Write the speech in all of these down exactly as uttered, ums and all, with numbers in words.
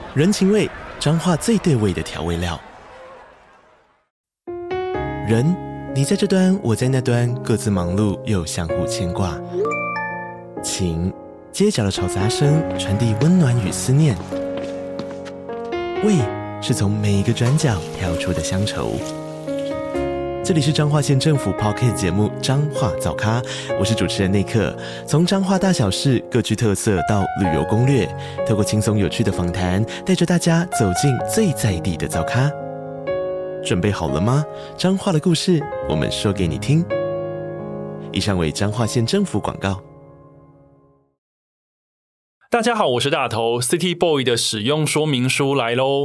人情味，彰化最对味的调味料。人，你在这端，我在那端，各自忙碌又相互牵挂。情，街角的吵杂声传递温暖与思念。味，是从每一个转角跳出的乡愁。这里是彰化县政府 Podcast 节目《彰化早咖》，我是主持人内克。从彰化大小事各具特色到旅游攻略，透过轻松有趣的访谈，带着大家走进最在地的早咖。准备好了吗？彰化的故事，我们说给你听。以上为彰化县政府广告。 大家好，我是大头 City Boy 的使用说明书来咯。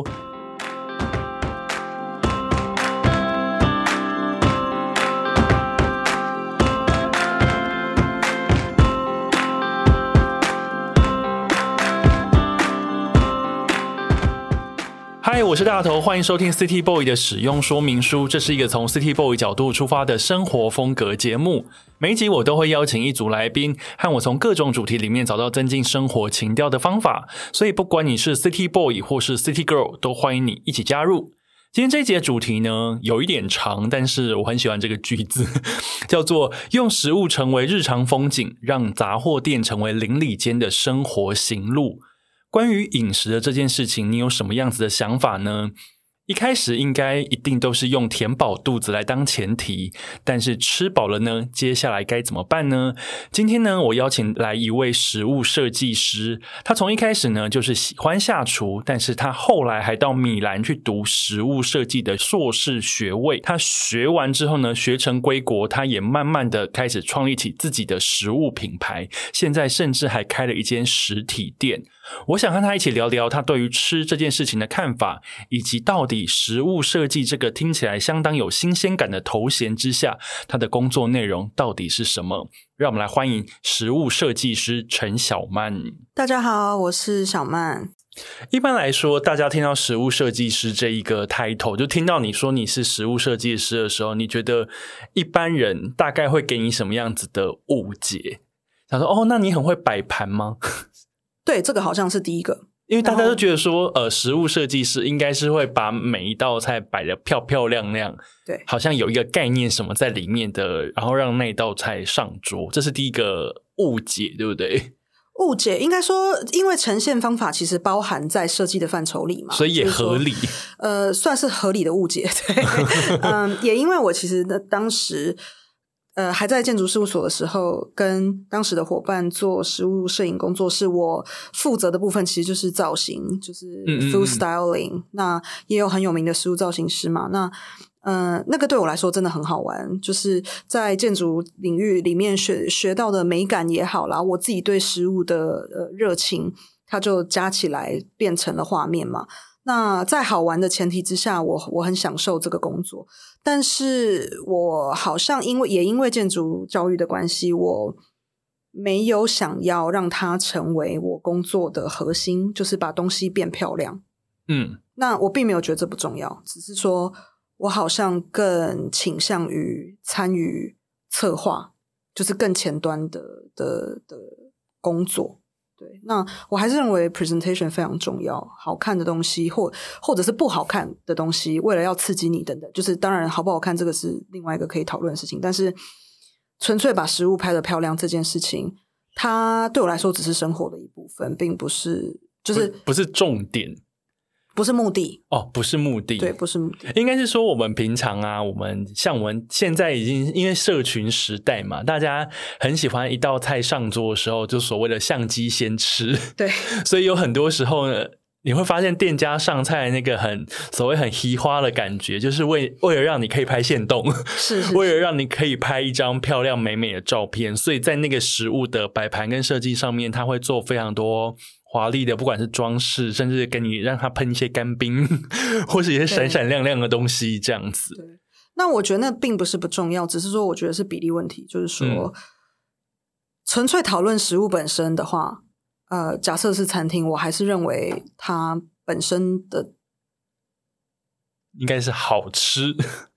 嗨，我是大头，欢迎收听 City Boy 的使用说明书。这是一个从 City Boy 角度出发的生活风格节目。每一集我都会邀请一组来宾，和我从各种主题里面找到增进生活情调的方法。所以不管你是 City Boy 或是 City Girl， 都欢迎你一起加入。今天这一集的主题呢，有一点长，但是我很喜欢这个句子，叫做用食物成为日常风景，让杂货店成为邻里间的生活行路。关于饮食的这件事情，你有什么样子的想法呢？一开始应该一定都是用填饱肚子来当前提，但是吃饱了呢，接下来该怎么办呢？今天呢，我邀请来一位食物设计师，他从一开始呢就是喜欢下厨，但是他后来还到米兰去读食物设计的硕士学位。他学完之后呢，学成归国，他也慢慢的开始创立起自己的食物品牌，现在甚至还开了一间实体店。我想和他一起聊聊他对于吃这件事情的看法，以及到底食物设计这个听起来相当有新鲜感的头衔之下，他的工作内容到底是什么。让我们来欢迎食物设计师陈小曼。 大家好，我是小曼。 一般来说，大家听到食物设计师这一个 title， 就听到你说你是食物设计师的时候，你觉得一般人大概会给你什么样子的误解？他说哦，那你很会摆盘吗？ 对，这个好像是第一个， 因为大家都觉得说呃，食物设计师应该是会把每一道菜摆得漂漂亮亮， 对， 好像有一个概念什么在里面的，然后让那道菜上桌，这是第一个误解，对不对？ 误解应该说，因为呈现方法其实包含在设计的范畴里嘛， 所以也合理， 呃，算是合理的误解，对，嗯，也因为我其实呢当时。呃，还在建筑事务所的时候，跟当时的伙伴做食物摄影工作室，我负责的部分其实就是造型，就是 food styling，嗯嗯嗯，那也有很有名的食物造型师嘛，那呃，那个对我来说真的很好玩，就是在建筑领域里面学学到的美感也好啦，我自己对食物的呃热情，它就加起来变成了画面嘛。那在好玩的前提之下，我我很享受这个工作，但是我好像因为也因为建筑教育的关系，我没有想要让它成为我工作的核心，就是把东西变漂亮。嗯，那我并没有觉得这不重要，只是说我好像更倾向于参与策划，就是更前端的的的工作。对，那我还是认为 presentation 非常重要，好看的东西或或者是不好看的东西，为了要刺激你等等，就是当然好不好看这个是另外一个可以讨论的事情，但是纯粹把食物拍得漂亮这件事情，它对我来说只是生活的一部分，并不是就是不, 不是重点， 不是目的哦，不是目的， 对，不是目的， 应该是说我们平常啊，我们像我们现在已经因为社群时代嘛，大家很喜欢一道菜上桌的时候，就所谓的相机先吃， 对， 所以有很多时候呢，你会发现店家上菜那个很所谓很稀花的感觉，就是为为了让你可以拍限动， 是, 是, 是为了让你可以拍一张漂亮美美的照片，所以在那个食物的摆盘跟设计上面，它会做非常多华丽的，不管是装饰，甚至给你让它喷一些干冰或是一些闪闪亮亮的东西这样子。 对，那我觉得那并不是不重要，只是说我觉得是比例问题，就是说、嗯、纯粹讨论食物本身的话，呃，假设是餐厅，我还是认为它本身的应该是好吃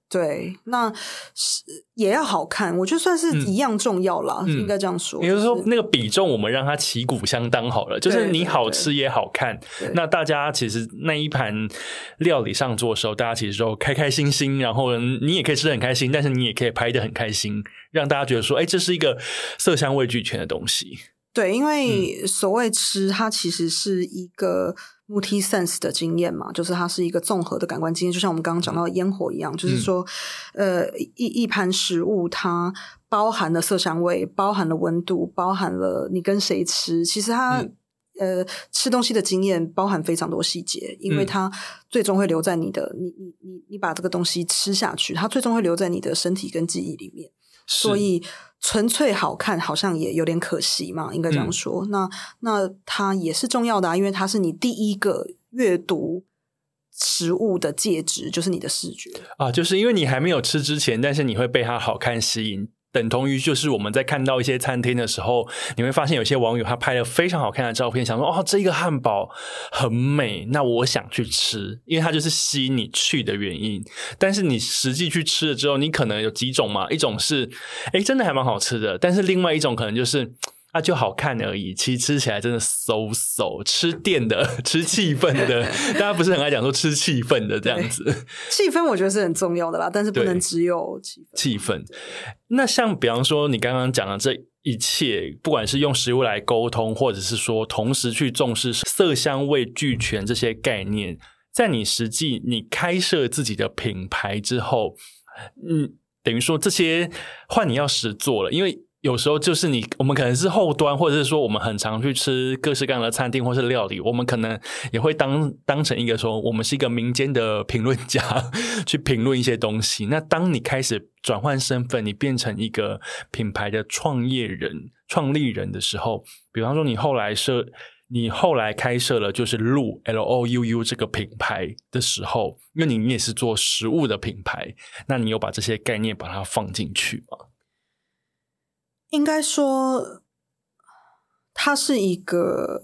对，那是也要好看，我觉得算是一样重要啦，嗯、应该这样说。 也就是说，那个比重我们让它旗鼓相当好了，就是你好吃也好看。那大家其实那一盘料理上桌的时候，大家其实都开开心心，然后你也可以吃得很开心，但是你也可以拍得很开心，让大家觉得说，哎，这是一个色香味俱全的东西。 对，因为所谓吃，它其实是一个multi sense 的经验嘛，就是它是一个综合的感官经验，就像我们刚刚讲到的烟火一样，嗯、就是说，呃，一一盘食物它包含了色香味，包含了温度，包含了你跟谁吃，其实它、嗯、呃吃东西的经验包含非常多细节，因为它最终会留在你的，你你你你把这个东西吃下去，它最终会留在你的身体跟记忆里面，所以纯粹好看好像也有点可惜嘛，应该这样说。嗯、那那它也是重要的啊，因为它是你第一个阅读食物的介质，就是你的视觉啊，就是因为你还没有吃之前，但是你会被它好看吸引。等同于就是我们在看到一些餐厅的时候，你会发现有些网友他拍了非常好看的照片，想说哦，这个汉堡很美，那我想去吃，因为它就是吸引你去的原因。但是你实际去吃了之后，你可能有几种嘛，一种是诶真的还蛮好吃的，但是另外一种可能就是啊，就好看而已，其实吃起来真的 so so 吃店的吃气氛的大家不是很爱讲说吃气氛的这样子， 气氛我觉得是很重要的啦，但是不能只有气氛气氛。那像比方说你刚刚讲的这一切，不管是用食物来沟通，或者是说同时去重视色香味俱全这些概念，在你实际你开设自己的品牌之后，嗯，等于说这些换你要实做了，因为有时候就是你我们可能是后端，或者是说我们很常去吃各式各样的餐厅或是料理，我们可能也会当当成一个说我们是一个民间的评论家去评论一些东西。那当你开始转换身份，你变成一个品牌的创业人创立人的时候，比方说你后来设你后来开设了就是路 L O U U 这个品牌的时候，因为你也是做食物的品牌，那你有把这些概念把它放进去吗？ 应该说它是一个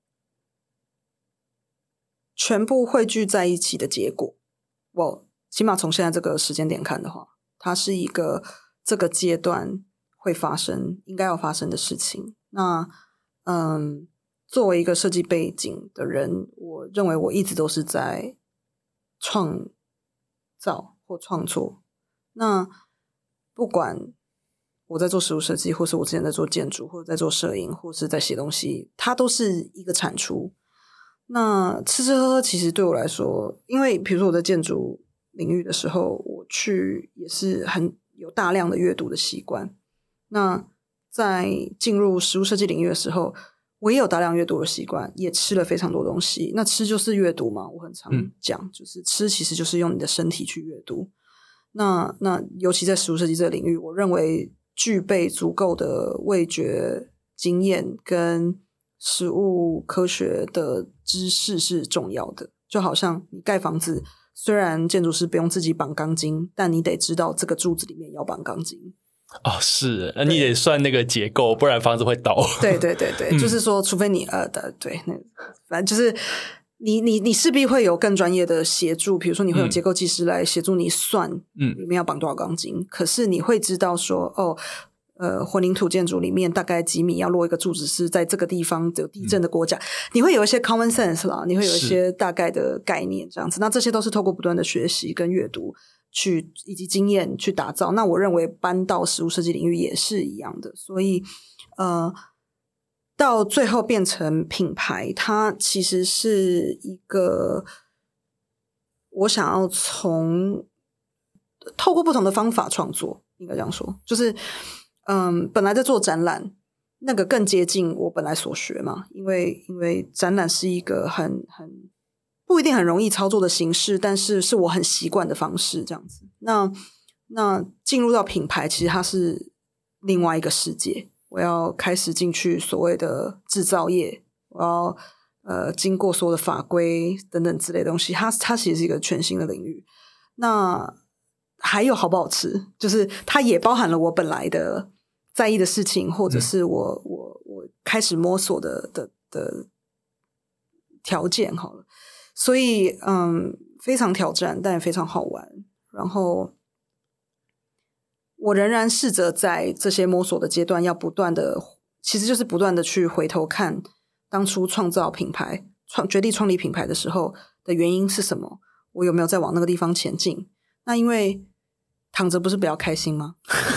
全部汇聚在一起的结果，我起码从现在这个时间点看的话，它是一个这个阶段会发生应该要发生的事情。那嗯，作为一个设计背景的人，我认为我一直都是在创造或创作，那不管我在做食物设计，或是我之前在做建筑，或者在做摄影，或是在写东西，它都是一个产出。那吃吃喝喝其实对我来说，因为比如说我在建筑领域的时候，我去也是很有大量的阅读的习惯。那在进入食物设计领域的时候，我也有大量阅读的习惯，也吃了非常多东西。那吃就是阅读嘛，我很常讲、嗯、就是吃其实就是用你的身体去阅读。那那尤其在食物设计这个领域，我认为具备足够的味觉经验跟食物科学的知识是重要的。就好像你盖房子，虽然建筑师不用自己绑钢筋，但你得知道这个柱子里面要绑钢筋。 哦，是，那你得算那个结构，不然房子会倒。 对对对对、嗯、就是说除非你呃的对，那反正就是你你你势必会有更专业的协助，比如说你会有结构技师来协助你算嗯里面要绑多少钢筋、嗯、可是你会知道说哦呃混凝土建筑里面大概几米要落一个柱子是在这个地方有地震的国家、嗯、你会有一些 common sense 啦，你会有一些大概的概念这样子。那这些都是透过不断的学习跟阅读去以及经验去打造。那我认为搬到食物设计领域也是一样的，所以呃到最后变成品牌，它其实是一个我想要从透过不同的方法创作，应该这样说，就是嗯，本来在做展览，那个更接近我本来所学嘛，因为因为展览是一个很很不一定很容易操作的形式，但是是我很习惯的方式这样子。那那进入到品牌，其实它是另外一个世界，我要开始进去所谓的制造业，我要呃经过所有的法规等等之类的东西，它它其实是一个全新的领域。那还有好不好吃，就是它也包含了我本来的在意的事情，或者是我、嗯、我我开始摸索的的的条件好了。所以嗯，非常挑战，但也非常好玩。然后我仍然试着在这些摸索的阶段要不断的，其实就是不断的去回头看当初创造品牌创决定创立品牌的时候的原因是什么，我有没有在往那个地方前进。那因为躺着不是比较开心吗？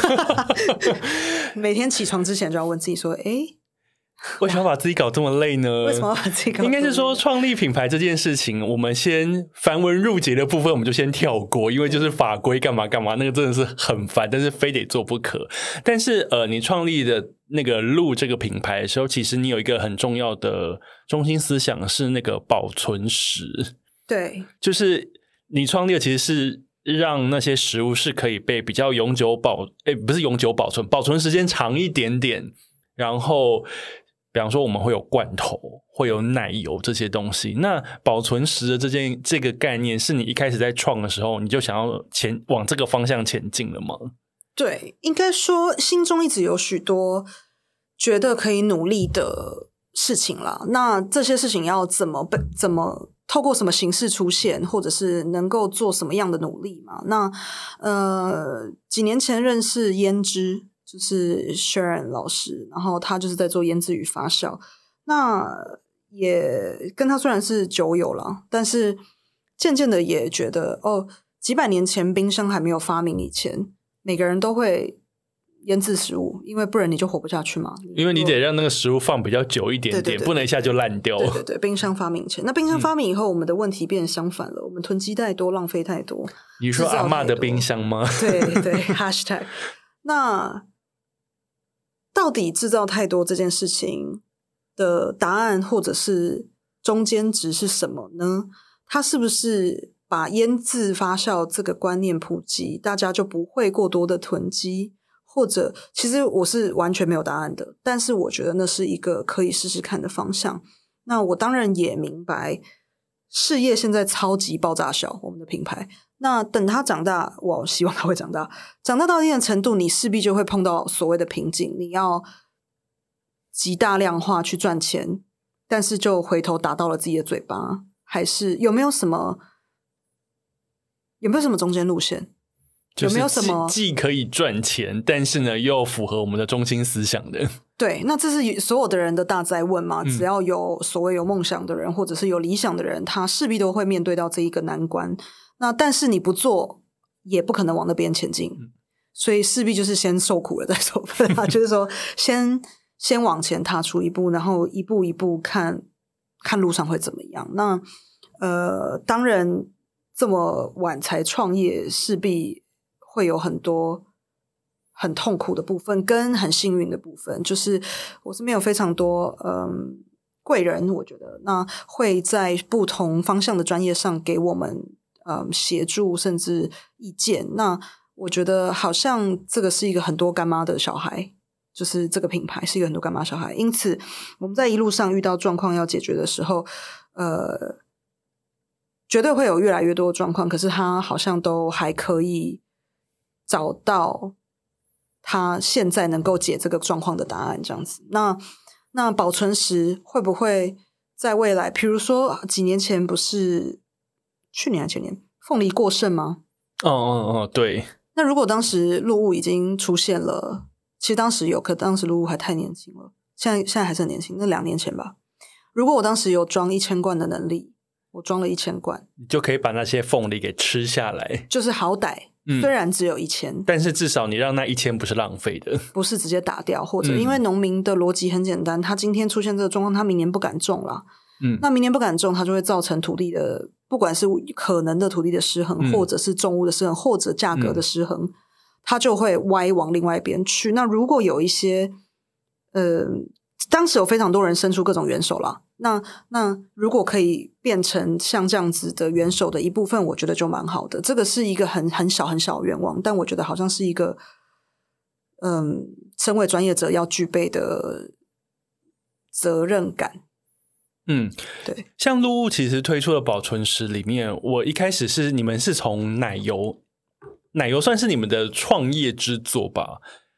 每天起床之前就要问自己说，诶， 为什么要把自己搞这么累呢？ 为什么要把自己搞这么累？ 应该是说创立品牌这件事情，我们先繁文缛节的部分我们就先跳过，因为就是法规干嘛干嘛，那个真的是很烦，但是非得做不可。但是呃，你创立的那个路这个品牌的时候，其实你有一个很重要的中心思想是那个保存食。 对， 就是你创立的其实是让那些食物是可以被比较永久保，诶，不是永久保存，保存时间长一点点，然后比方说我们会有罐头，会有奶油这些东西。那保存食的这件这个概念是你一开始在创的时候你就想要前往这个方向前进了吗？ 对，应该说心中一直有许多觉得可以努力的事情啦。那这些事情要怎么被怎么透过什么形式出现，或者是能够做什么样的努力嘛？那呃，几年前认识胭脂，就是 Sharon 老师，然后他就是在做腌制与发酵。那也跟他虽然是酒友啦，但是渐渐的也觉得哦，几百年前冰箱还没有发明以前，每个人都会腌制食物，因为不然你就活不下去嘛。 因为你得让那个食物放比较久一点点，对对对，不能一下就烂掉。 对对对，冰箱发明前，那冰箱发明以后，嗯、我们的问题变相反了，我们囤积太多，浪费太多。 你说阿嬷的冰箱吗？ 对对 ，hashtag。那到底制造太多这件事情的答案，或者是中间值是什么呢？它是不是把腌制发酵这个观念普及，大家就不会过多的囤积？或者其实我是完全没有答案的，但是我觉得那是一个可以试试看的方向。那我当然也明白事业现在超级爆炸小，我们的品牌，那等它长大，我希望它会长大，长大到一定的程度，你势必就会碰到所谓的瓶颈，你要极大量化去赚钱，但是就回头打到了自己的嘴巴，还是有没有什么有没有什么中间路线？有没有什么既可以赚钱，但是呢又符合我们的中心思想的？ 对，那这是所有的人的大哉问嘛、嗯、只要有所谓有梦想的人，或者是有理想的人，他势必都会面对到这一个难关。那但是你不做也不可能往那边前进、嗯、所以势必就是先受苦了再说就是说先先往前踏出一步，然后一步一步看看路上会怎么样。那呃，当然这么晚才创业，势必会有很多很痛苦的部分跟很幸运的部分，就是我身边有非常多嗯贵人，我觉得那会在不同方向的专业上给我们嗯协助甚至意见。那我觉得好像这个是一个很多干妈的小孩，就是这个品牌是一个很多干妈小孩，因此我们在一路上遇到状况要解决的时候，呃，绝对会有越来越多的状况，可是他好像都还可以找到他现在能够解这个状况的答案，这样子。那那保存时会不会在未来，比如说几年前不是去年还是前年凤梨过剩吗？ 哦哦哦，对。 那如果当时陆雾已经出现了，其实当时有，可当时陆雾还太年轻了，现在现在还是很年轻，那两年前吧。如果我当时有装一千罐的能力，我装了一千罐， 你就可以把那些凤梨给吃下来， 就是好歹、嗯、虽然只有一千， 但是至少你让那一千不是浪费的， 不是直接打掉，或者因为农民的逻辑很简单，他今天出现这个状况，他明年不敢种啦，嗯，那明年不敢种，它就会造成土地的，不管是可能的土地的失衡、嗯、或者是重物的失衡，或者价格的失衡、嗯、它就会歪往另外一边去。那如果有一些呃当时有非常多人伸出各种援手啦，那那如果可以变成像这样子的援手的一部分，我觉得就蛮好的。这个是一个很很小很小的愿望，但我觉得好像是一个嗯，身为专业者要具备的责任感。 嗯， 对。 像陆雾其实推出的保存食里面，我一开始是你们是从奶油，奶油算是你们的创业之作吧？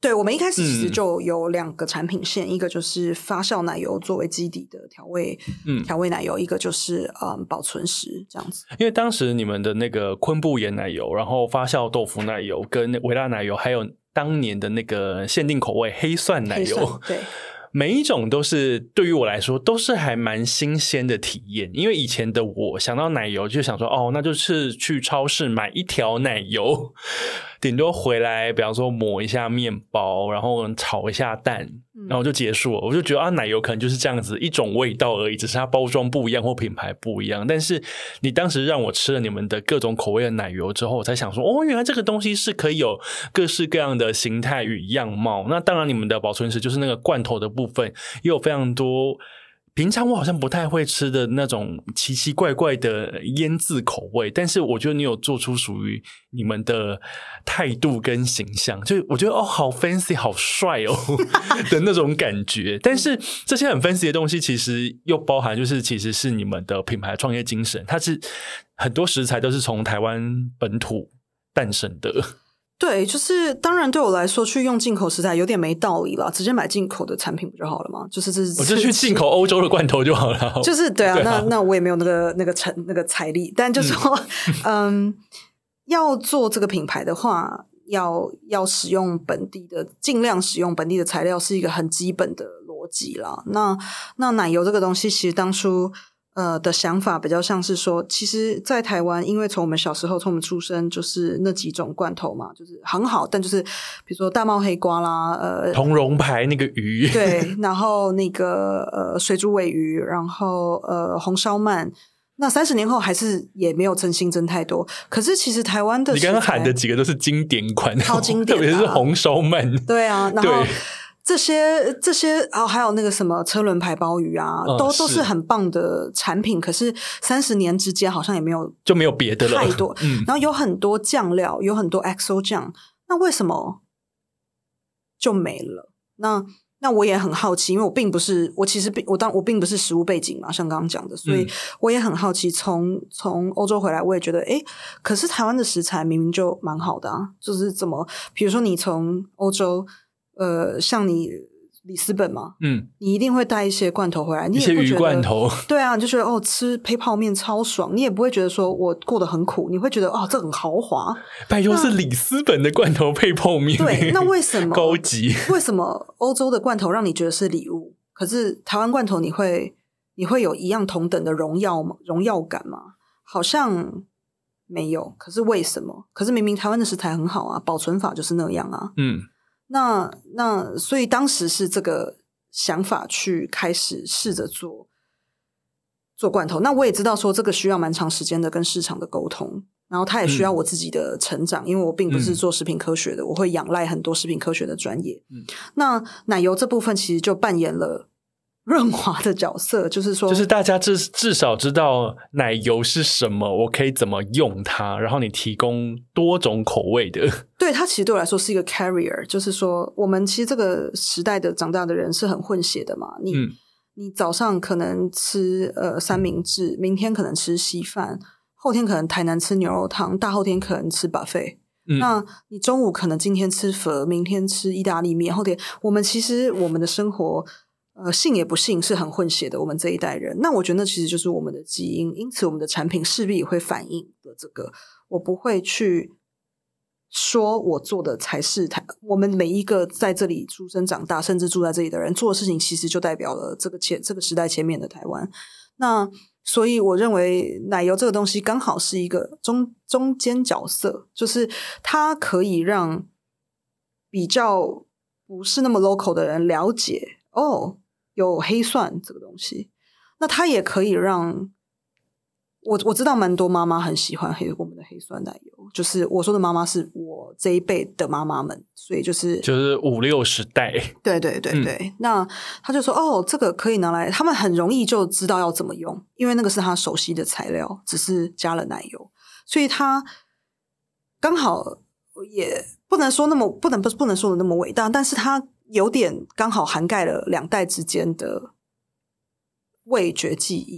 对，我们一开始其实就有两个产品线，嗯、一个就是发酵奶油作为基底的调味，嗯，调味奶油，一个就是嗯保存食这样子。 因为当时你们的那个昆布盐奶油，然后发酵豆腐奶油跟微辣奶油，还有当年的那个限定口味黑蒜奶油， 对。 每一种都是对于我来说都是还蛮新鲜的体验，因为以前的我想到奶油就想说哦，那就是去超市买一条奶油，顶多回来比方说抹一下面包，然后炒一下蛋，然后就结束了。我就觉得啊，奶油可能就是这样子一种味道而已，只是它包装不一样或品牌不一样。但是你当时让我吃了你们的各种口味的奶油之后，我才想说哦，原来这个东西是可以有各式各样的形态与样貌。那当然你们的保存食就是那个罐头的部分部分也有非常多平常我好像不太会吃的那种奇奇怪怪的腌制口味，但是我觉得你有做出属于你们的态度跟形象，就我觉得哦好 fancy 好帅哦的那种感觉。但是这些很 fancy 的东西其实又包含就是其实是你们的品牌创业精神，它是很多食材都是从台湾本土诞生的。 对，就是当然对我来说去用进口食材有点没道理啦，直接买进口的产品不就好了吗？就是这是我就去进口欧洲的罐头就好了。 就是对啊，对啊那那我也没有那个那个成那个财力，但就说 嗯, 嗯，要做这个品牌的话，要要使用本地的，尽量使用本地的材料是一个很基本的逻辑啦。那那奶油这个东西，其实当初。呃的想法比较像是说，其实在台湾因为从我们小时候从我们出生就是那几种罐头嘛，就是很好，但就是比如说大帽黑瓜啦，呃铜龙牌那个鱼， 对，然后那个呃水煮尾鱼，然后呃红烧鳗，那三十年后还是也没有增新增太多。可是其实台湾的你刚刚喊的几个都是经典款， 超经典、啊、 特别是红烧鳗， 对啊，然后这些这些哦，还有那个什么车轮牌鲍鱼啊，嗯、都都是很棒的产品。可是三十年之间好像也没有就没有别的了， 太多。嗯、然后有很多酱料，有很多 X O 酱，那为什么就没了？那那我也很好奇，因为我并不是我其实并我当我并不是食物背景嘛，像刚刚讲的，所以我也很好奇。从从欧洲回来，我也觉得，诶，可是台湾的食材明明就蛮好的啊，就是怎么，比如说你从欧洲。呃，像你里斯本嘛，嗯，你一定会带一些罐头回来，你也不觉得一些鱼罐头， 对啊，你就觉得哦，吃配泡面超爽，你也不会觉得说我过得很苦，你会觉得哦，这很豪华。 拜托，是里斯本的罐头配泡面， 对，那为什么高级？ 为什么欧洲的罐头让你觉得是礼物，可是台湾罐头你会你会有一样同等的荣耀吗？荣耀感吗？好像没有。可是为什么？可是明明台湾的食材很好啊，保存法就是那样啊，嗯。那那所以当时是这个想法去开始试着做做罐头。那我也知道说这个需要蛮长时间的跟市场的沟通，然后它也需要我自己的成长，嗯、因为我并不是做食品科学的，嗯、我会仰赖很多食品科学的专业。嗯、那奶油这部分其实就扮演了润滑的角色，就是说就是大家至至少知道奶油是什么，我可以怎么用它，然后你提供多种口味的。 对，它其实对我来说是一个 carrier， 就是说我们其实这个时代的长大的人是很混血的嘛，你、嗯、你早上可能吃呃三明治，明天可能吃稀饭，后天可能台南吃牛肉汤，大后天可能吃 buffet。嗯、那你中午可能今天吃粉，明天吃意大利面，后天我们其实我们的生活呃，信也不信是很混血的，我们这一代人。那我觉得那其实就是我们的基因，因此我们的产品势必也会反映的这个。我不会去说我做的才是台，我们每一个在这里出生长大，甚至住在这里的人做的事情，其实就代表了这个前这个时代前面的台湾。那所以我认为奶油这个东西刚好是一个中中间角色，就是它可以让比较不是那么 local 的人了解哦。有黑蒜这个东西，那它也可以让我我知道蛮多妈妈很喜欢黑我们的黑蒜奶油，就是我说的妈妈是我这一辈的妈妈们，所以就是就是五六十代， 对对对对、嗯、那他就说哦，这个可以拿来，他们很容易就知道要怎么用，因为那个是他熟悉的材料，只是加了奶油，所以他刚好也不能说那么不能不能说的那么伟大，但是他有点刚好涵盖了两代之间的味觉记忆。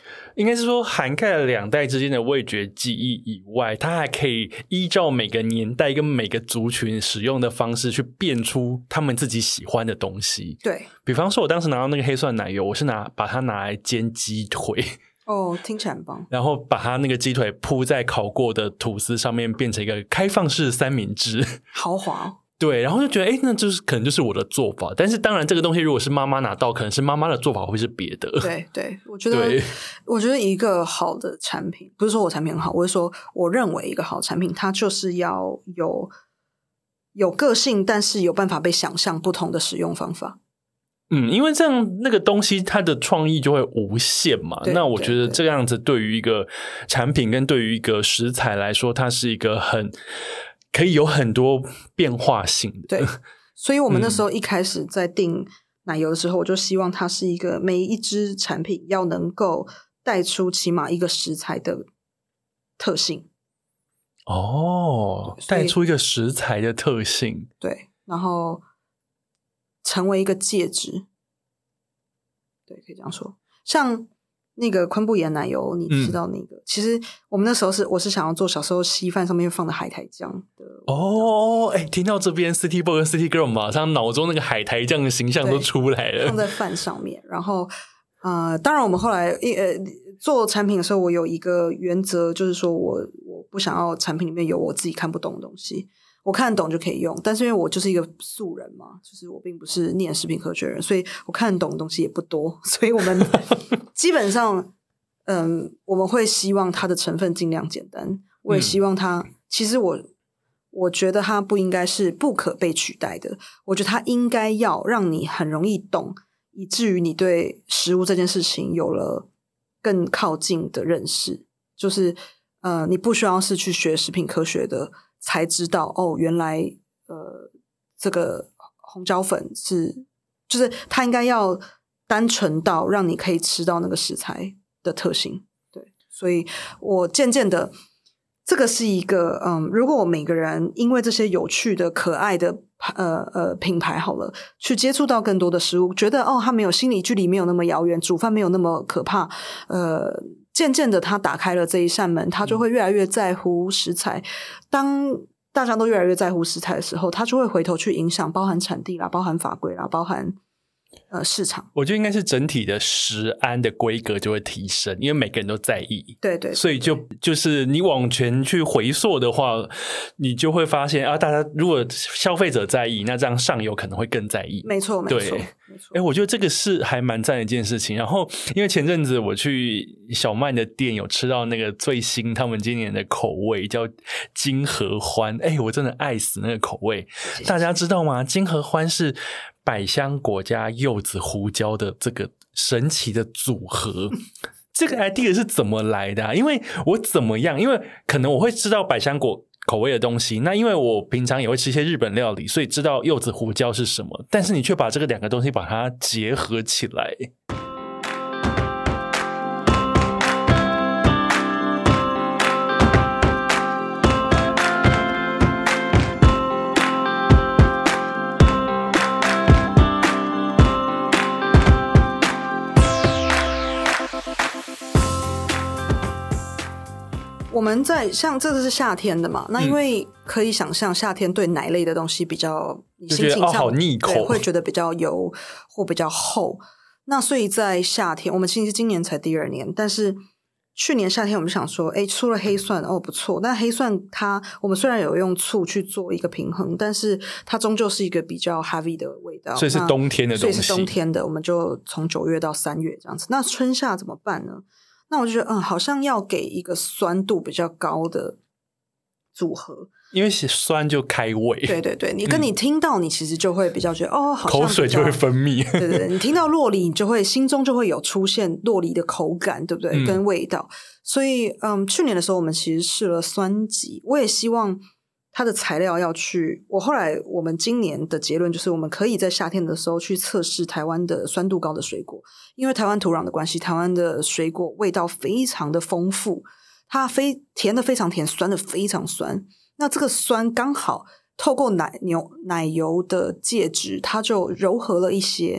应该是说涵盖了两代之间的味觉记忆以外，它还可以依照每个年代跟每个族群使用的方式去变出他们自己喜欢的东西。 对， 比方说我当时拿到那个黑蒜奶油，我是拿把它拿来煎鸡腿哦，听起来很棒。 然后把它那个鸡腿铺在烤过的吐司上面，变成一个开放式三明治， 豪华哦。 对，然后就觉得诶那就是可能就是我的做法，但是当然这个东西如果是妈妈拿到，可能是妈妈的做法会是别的。 对对，我觉得我觉得一个好的产品，不是说我产品很好，我是说我认为一个好产品它就是要有有个性，但是有办法被想象不同的使用方法。 嗯，因为这样那个东西它的创意就会无限嘛，那我觉得这样子对于一个产品跟对于一个食材来说，它是一个很可以有很多变化性的。 对，所以我们那时候一开始在定奶油的时候、嗯、我就希望它是一个每一支产品要能够带出起码一个食材的特性。 哦，带出一个食材的特性。 对，然后成为一个介质。对，可以这样说。像那个昆布盐奶油，你知道那个、嗯、其实我们那时候是我是想要做小时候稀饭上面放的海苔酱的。 哦，哎，听到这边 City Boy 跟 City Girl 马上脑中那个海苔酱的形象都出来了， 放在饭上面。然后呃，当然我们后来呃做产品的时候，我有一个原则，就是说我我不想要产品里面有我自己看不懂的东西。我看得懂就可以用，但是因为我就是一个素人嘛，就是我并不是念食品科学人，所以我看得懂的东西也不多，所以我们基本上嗯，我们会希望它的成分尽量简单，我也希望它、嗯、其实我我觉得它不应该是不可被取代的，我觉得它应该要让你很容易懂，以至于你对食物这件事情有了更靠近的认识，就是呃，你不需要是去学食品科学的才知道哦，原来呃，这个红椒粉是，就是它应该要单纯到让你可以吃到那个食材的特性。对，所以我渐渐的，这个是一个嗯，如果我每个人因为这些有趣的、可爱的呃呃品牌好了，去接触到更多的食物，觉得哦，它没有心理距离，没有那么遥远，煮饭没有那么可怕，呃。渐渐的他打开了这一扇门，他就会越来越在乎食材。当大家都越来越在乎食材的时候，他就会回头去影响包含产地啦，包含法规啦，包含呃市场。 我觉得应该是整体的食安的规格就会提升，因为每个人都在意。 对 对, 对， 所以就就是你往前去回溯的话，你就会发现啊，大家如果消费者在意，那这样上游可能会更在意。 没错，没错。 哎，我觉得这个是还蛮赞的一件事情。然后因为前阵子我去小曼的店有吃到那个最新他们今年的口味叫金合欢，哎，我真的爱死那个口味。谢谢。大家知道吗？金合欢是百香果加柚子胡椒的这个神奇的组合。这个 idea 是怎么来的啊？因为我怎么样，因为可能我会知道百香果口味的东西，那因为我平常也会吃一些日本料理，所以知道柚子胡椒是什么，但是你却把这个两个东西把它结合起来。 我们在像这个是夏天的嘛，那因为可以想象夏天对奶类的东西比较你心情上、 哦、好腻口， 会觉得比较油或比较厚，那所以在夏天，我们其实今年才第二年，但是去年夏天我们想说诶出了黑蒜哦不错，但黑蒜它我们虽然有用醋去做一个平衡，但是它终究是一个比较 heavy 的味道， 所以是冬天的东西， 所以是冬天的，我们就从九月到三月这样子。那春夏怎么办呢？那我就觉得嗯，好像要给一个酸度比较高的组合， 因为酸就开胃。 对对对，你跟你听到你其实就会比较觉得、嗯、哦，好像口水就会分泌。 对对对，你听到酪梨你就会心中就会有出现酪梨的口感，对不对、嗯、跟味道。所以嗯，去年的时候我们其实试了酸吉，我也希望它的材料要去，我后来我们今年的结论就是我们可以在夏天的时候去测试台湾的酸度高的水果，因为台湾土壤的关系，台湾的水果味道非常的丰富，它非甜的非常甜，酸的非常酸，那这个酸刚好透过奶牛奶油的介质它就柔和了一些，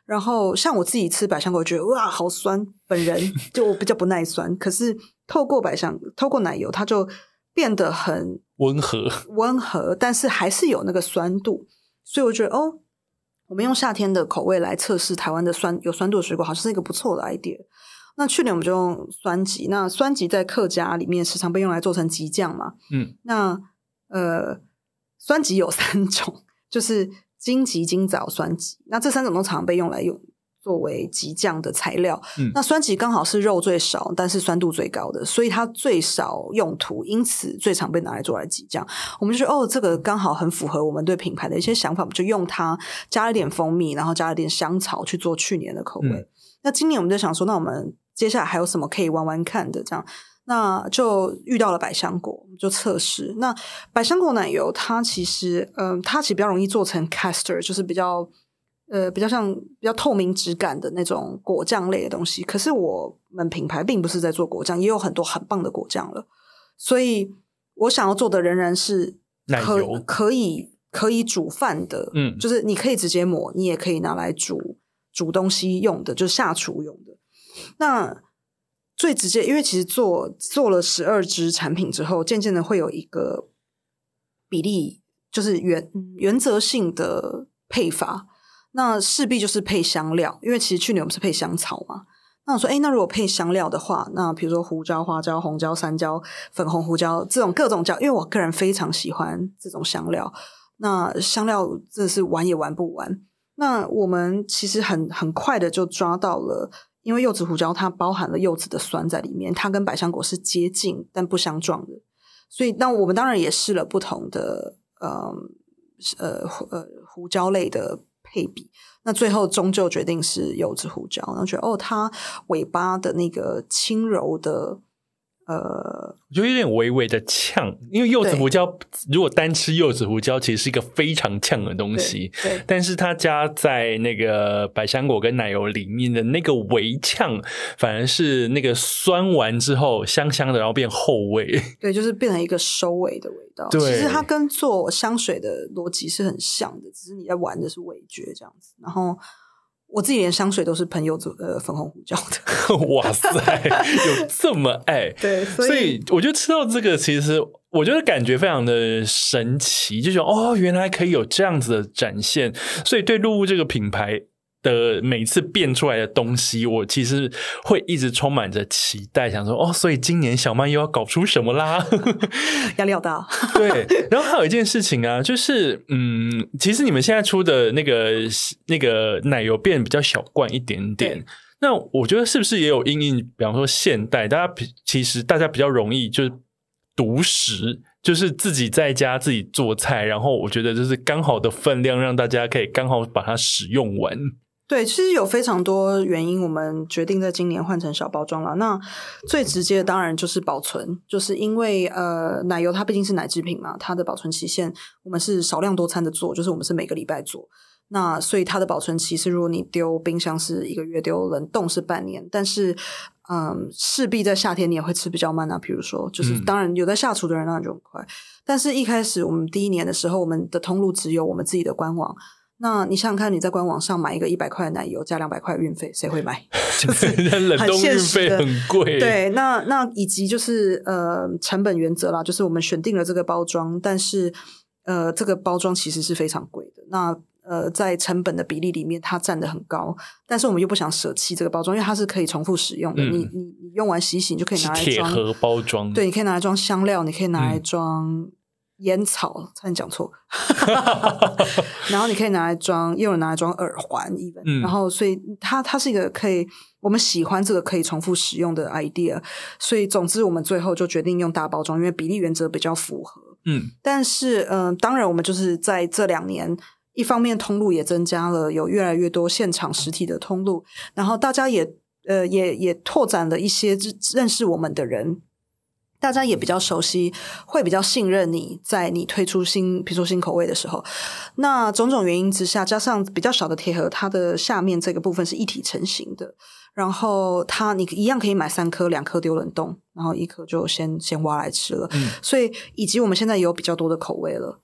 然后像我自己吃百香果觉得哇好酸，本人就我比较不耐酸，可是透过百香透过奶油它就变得很温和温和，但是还是有那个酸度，所以我觉得哦，我们用夏天的口味来测试台湾的酸有酸度的水果好像是一个不错的 idea。 那去年我们就用酸橘，那酸橘在客家里面时常被用来做成橘酱嘛，嗯，那呃酸橘有三种，就是金桔、金枣、酸橘，那这三种都常被用来用作为橘酱的材料、嗯、那酸橘刚好是肉最少但是酸度最高的，所以它最少用途，因此最常被拿来做来橘酱。我们就觉得哦，这个刚好很符合我们对品牌的一些想法，我们就用它加了点蜂蜜，然后加了点香草去做去年的口味、嗯、那今年我们就想说那我们接下来还有什么可以玩玩看的，这样那就遇到了百香果，我们就测试。那百香果奶油它其实嗯、呃，它其实比较容易做成 castor， 就是比较呃比较像比较透明质感的那种果酱类的东西，可是我们品牌并不是在做果酱，也有很多很棒的果酱了，所以我想要做的仍然是奶油可以可以煮饭的，嗯，就是你可以直接抹，你也可以拿来煮煮东西用的，就是下厨用的。那最直接，因为其实做做了十二支产品之后，渐渐的会有一个比例，就是原原则性的配法。那势必就是配香料，因为其实去年我们是配香草嘛。那我说，诶，那如果配香料的话，那比如说胡椒、花椒、红椒、山椒、粉红胡椒这种各种椒，因为我个人非常喜欢这种香料。那香料真的是玩也玩不完。那我们其实很很快的就抓到了。因为柚子胡椒它包含了柚子的酸在里面，它跟百香果是接近但不相撞的，所以那我们当然也试了不同的呃呃呃胡椒类的配比，那最后终究决定是柚子胡椒，然后觉得哦，它尾巴的那个轻柔的呃， 我觉得有点微微的呛，因为柚子胡椒如果单吃柚子胡椒其实是一个非常呛的东西，对对，但是它加在那个百香果跟奶油里面的那个微呛反而是那个酸完之后香香的，然后变后味，对， 就是变成一个收尾的味道。对，其实它跟做香水的逻辑是很像的，只是你在玩的是味觉这样子。然后我自己连香水都是喷柚子呃粉红胡椒的。 哇塞，有这么爱？ 对，所以, 所以我觉得吃到这个，其实我觉得感觉非常的神奇，就觉得哦，原来可以有这样子的展现。所以对露露这个品牌的每次变出来的东西，我其实会一直充满着期待，想说哦，所以今年小曼又要搞出什么啦？ 压力好大。 对，然后还有一件事情啊，就是嗯，其实你们现在出的那个那个奶油变比较小罐一点点，那我觉得是不是也有因应，比方说现代大家其实大家比较容易就是独食，就是自己在家自己做菜，然后我觉得就是刚好的分量让大家可以刚好把它使用完。 对，其实有非常多原因我们决定在今年换成小包装了。那最直接的当然就是保存，就是因为呃奶油它毕竟是奶制品嘛，它的保存期限我们是少量多餐的做，就是我们是每个礼拜做，那所以它的保存期是如果你丢冰箱是一个月，丢冷冻是半年，但是嗯，势必在夏天你也会吃比较慢啊，比如说就是当然有在下厨的人当然就很快、嗯、但是一开始我们第一年的时候，我们的通路只有我们自己的官网，那你想想看，你在官网上买一个一百块的奶油加两百块运费，谁会买？就是冷冻运费很贵。 对，那那以及就是呃成本原则啦，就是我们选定了这个包装，但是呃这个包装其实是非常贵的。那呃在成本的比例里面它占得很高，但是我们又不想舍弃这个包装，因为它是可以重复使用的。嗯、你你你用完洗一洗，你就可以拿来装铁盒包装。 对，你可以拿来装香料，你可以拿来装。嗯烟草差点讲错然后你可以拿来装，也有人拿来装耳环 even、嗯、然后所以它它是一个可以我们喜欢这个可以重复使用的 idea， 所以总之我们最后就决定用大包装，因为比例原则比较符合。嗯，但是嗯、呃，当然我们就是在这两年一方面通路也增加了，有越来越多现场实体的通路，然后大家也呃也也拓展了一些认识我们的人，大家也比较熟悉，会比较信任你在你推出新比如说新口味的时候，那种种原因之下，加上比较少的贴盒，它的下面这个部分是一体成型的，然后它你一样可以买三颗，两颗丢冷冻，然后一颗就先先挖来吃了、嗯、所以以及我们现在也有比较多的口味了，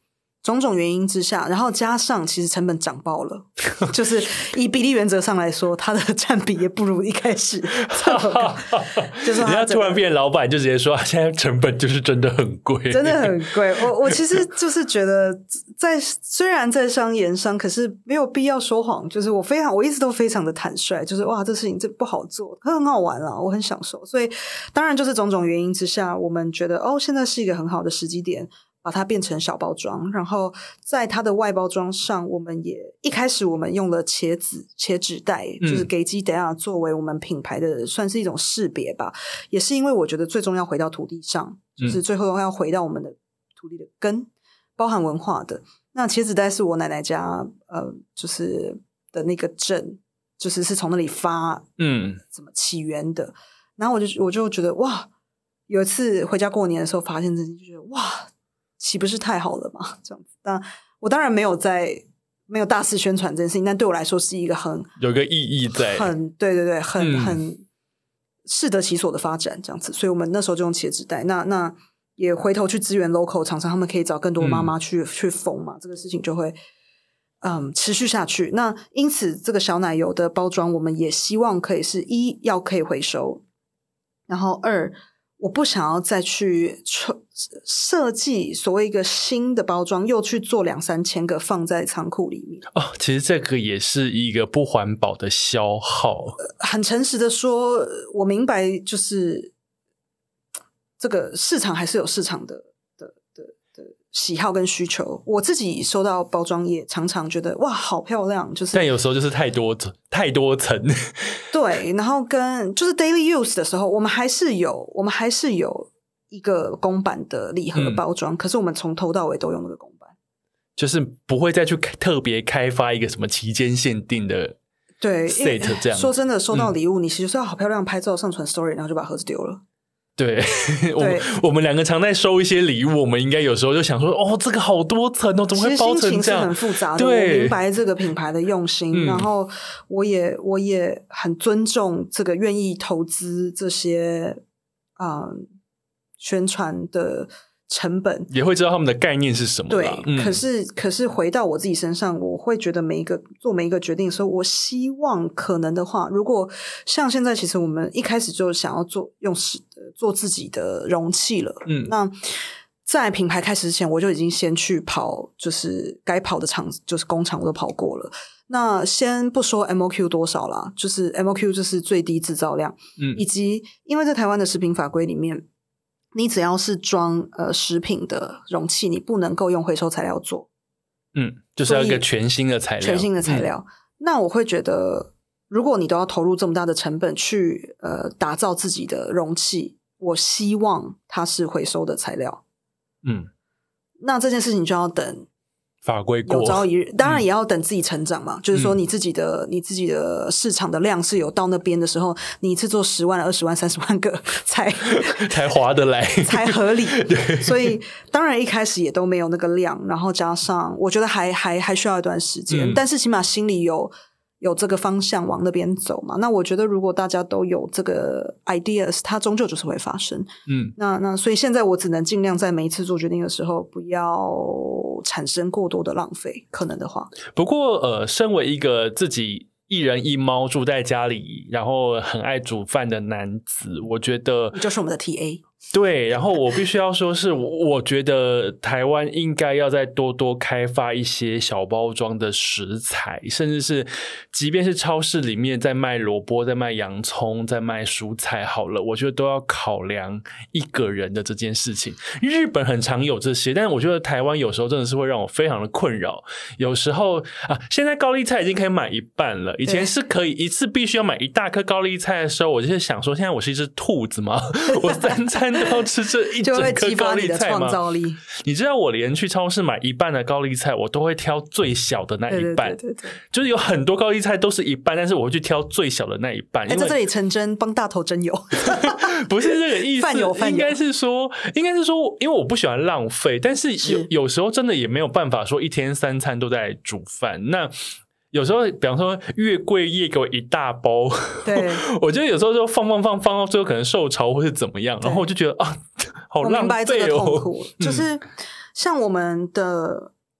种种原因之下，然后加上其实成本涨爆了，就是以比例原则上来说，它的占比也不如一开始这么高。就是人家突然变老板，就直接说现在成本就是真的很贵， 真的很贵。我我其实就是觉得在，在虽然在商言商，可是没有必要说谎。就是我非常我一直都非常的坦率，就是哇，这事情这不好做，可很好玩啊，我很享受。所以当然就是种种原因之下，我们觉得哦，现在是一个很好的时机点。把它变成小包装，然后在它的外包装上，我们也一开始我们用了茄子茄纸袋， 嗯、 就是给基德亚作为我们品牌的算是一种识别吧。也是因为我觉得最终要回到土地上，就是最后要回到我们的土地的根，包含文化的。那茄子袋是我奶奶家呃，就是的那个镇，就是是从那里发嗯怎么起源的。然后我就我就觉得哇，有一次回家过年的时候发现这些，就觉得哇。岂不是太好了吗？这样子，但我当然没有在没有大肆宣传这件事情，但对我来说是一个很有个意义在， 很对对对，很、 嗯、 很适得其所的发展这样子。所以我们那时候就用茄纸袋，那那也回头去支援 local 厂商，他们可以找更多妈妈去、嗯、去缝嘛，这个事情就会嗯持续下去。那因此，这个小奶油的包装，我们也希望可以是一要可以回收，然后二。我不想要再去设计所谓一个新的包装，又去做两三千个放在仓库里面。 哦，其实这个也是一个不环保的消耗。 呃、很诚实的说，我明白，就是这个市场还是有市场的的的的喜好跟需求。我自己收到包装也常常觉得哇，好漂亮，就是但有时候就是太多太多层。 对，然后跟就是 daily use 的时候，我们还是有，我们还是有一个公版的礼盒包装，嗯、可是我们从头到尾都用那个公版， 就是不会再去特别开发一个什么期间限定的对 set 这样。 说真的，收到礼物，嗯、你其实说好漂亮，拍照上传 story， 然后就把盒子丢了。 对，我们我们两个常在收一些礼物，我们应该有时候就想说，哦，这个好多层哦，怎么会包成这样？ 心情是很复杂的。 对， 我明白这个品牌的用心，嗯、然后我也我也很尊重这个愿意投资这些啊、呃、宣传的成本， 也会知道他们的概念是什么。 对， 嗯、 可是可是回到我自己身上，我会觉得每一个做每一个决定的时候，我希望可能的话，如果像现在，其实我们一开始就想要做用做自己的容器了，嗯，那在品牌开始之前，我就已经先去跑，就是该跑的厂，就是工厂我都跑过了。那先不说 M O Q 多少啦，就是 M O Q 就是最低制造量，嗯，以及因为在台湾的食品法规里面。你只要是装呃食品的容器，你不能够用回收材料做。 嗯，就是要一个全新的材料， 全新的材料。嗯、那我会觉得，如果你都要投入这么大的成本去呃打造自己的容器，我希望它是回收的材料。嗯，那这件事情就要等法规过， 有朝一日，当然也要等自己成长嘛。嗯、就是说，你自己的、你自己的市场的量是有到那边的时候，你一次做十万、二十万、三十万个才才划得来， 才合理。所以，当然一开始也都没有那个量，然后加上，我觉得还还还需要一段时间，嗯、但是起码心里有有这个方向往那边走嘛。那我觉得，如果大家都有这个 ideas， 它终究就是会发生。嗯，那那所以现在我只能尽量在每一次做决定的时候，不要产生过多的浪费，可能的话。 不过呃，身为一个自己一人一猫住在家里，然后很爱煮饭的男子，我觉得你就是我们的 T A。 对，然后我必须要说是我我觉得台湾应该要再多多开发一些小包装的食材，甚至是即便是超市里面在卖萝卜、在卖洋葱、在卖蔬菜好了，我觉得都要考量一个人的这件事情。日本很常有这些，但是我觉得台湾有时候真的是会让我非常的困扰。有时候啊，现在高丽菜已经可以买一半了，以前是可以一次必须要买一大颗高丽菜的时候，我就是想说，现在我是一只兔子吗？我三餐都要吃这一整颗高丽菜吗？ 就会激发你的创造力。 你知道我连去超市买一半的高丽菜，我都会挑最小的那一半。 对对对对对， 就是有很多高丽菜都是一半，但是我会去挑最小的那一半。 哎，在这里成真帮大头真有， 不是这个意思， 饭友饭友， 应该是说，应该是说，因为我不喜欢浪费，但是有是有时候真的也没有办法说一天三餐都在煮饭。那有时候比方说月桂叶给我一大包， 对， 我觉得有时候就放放放放到最后可能受潮或是怎么样，然后我就觉得啊，好浪费哦。 我明白这个痛苦，就是像我们的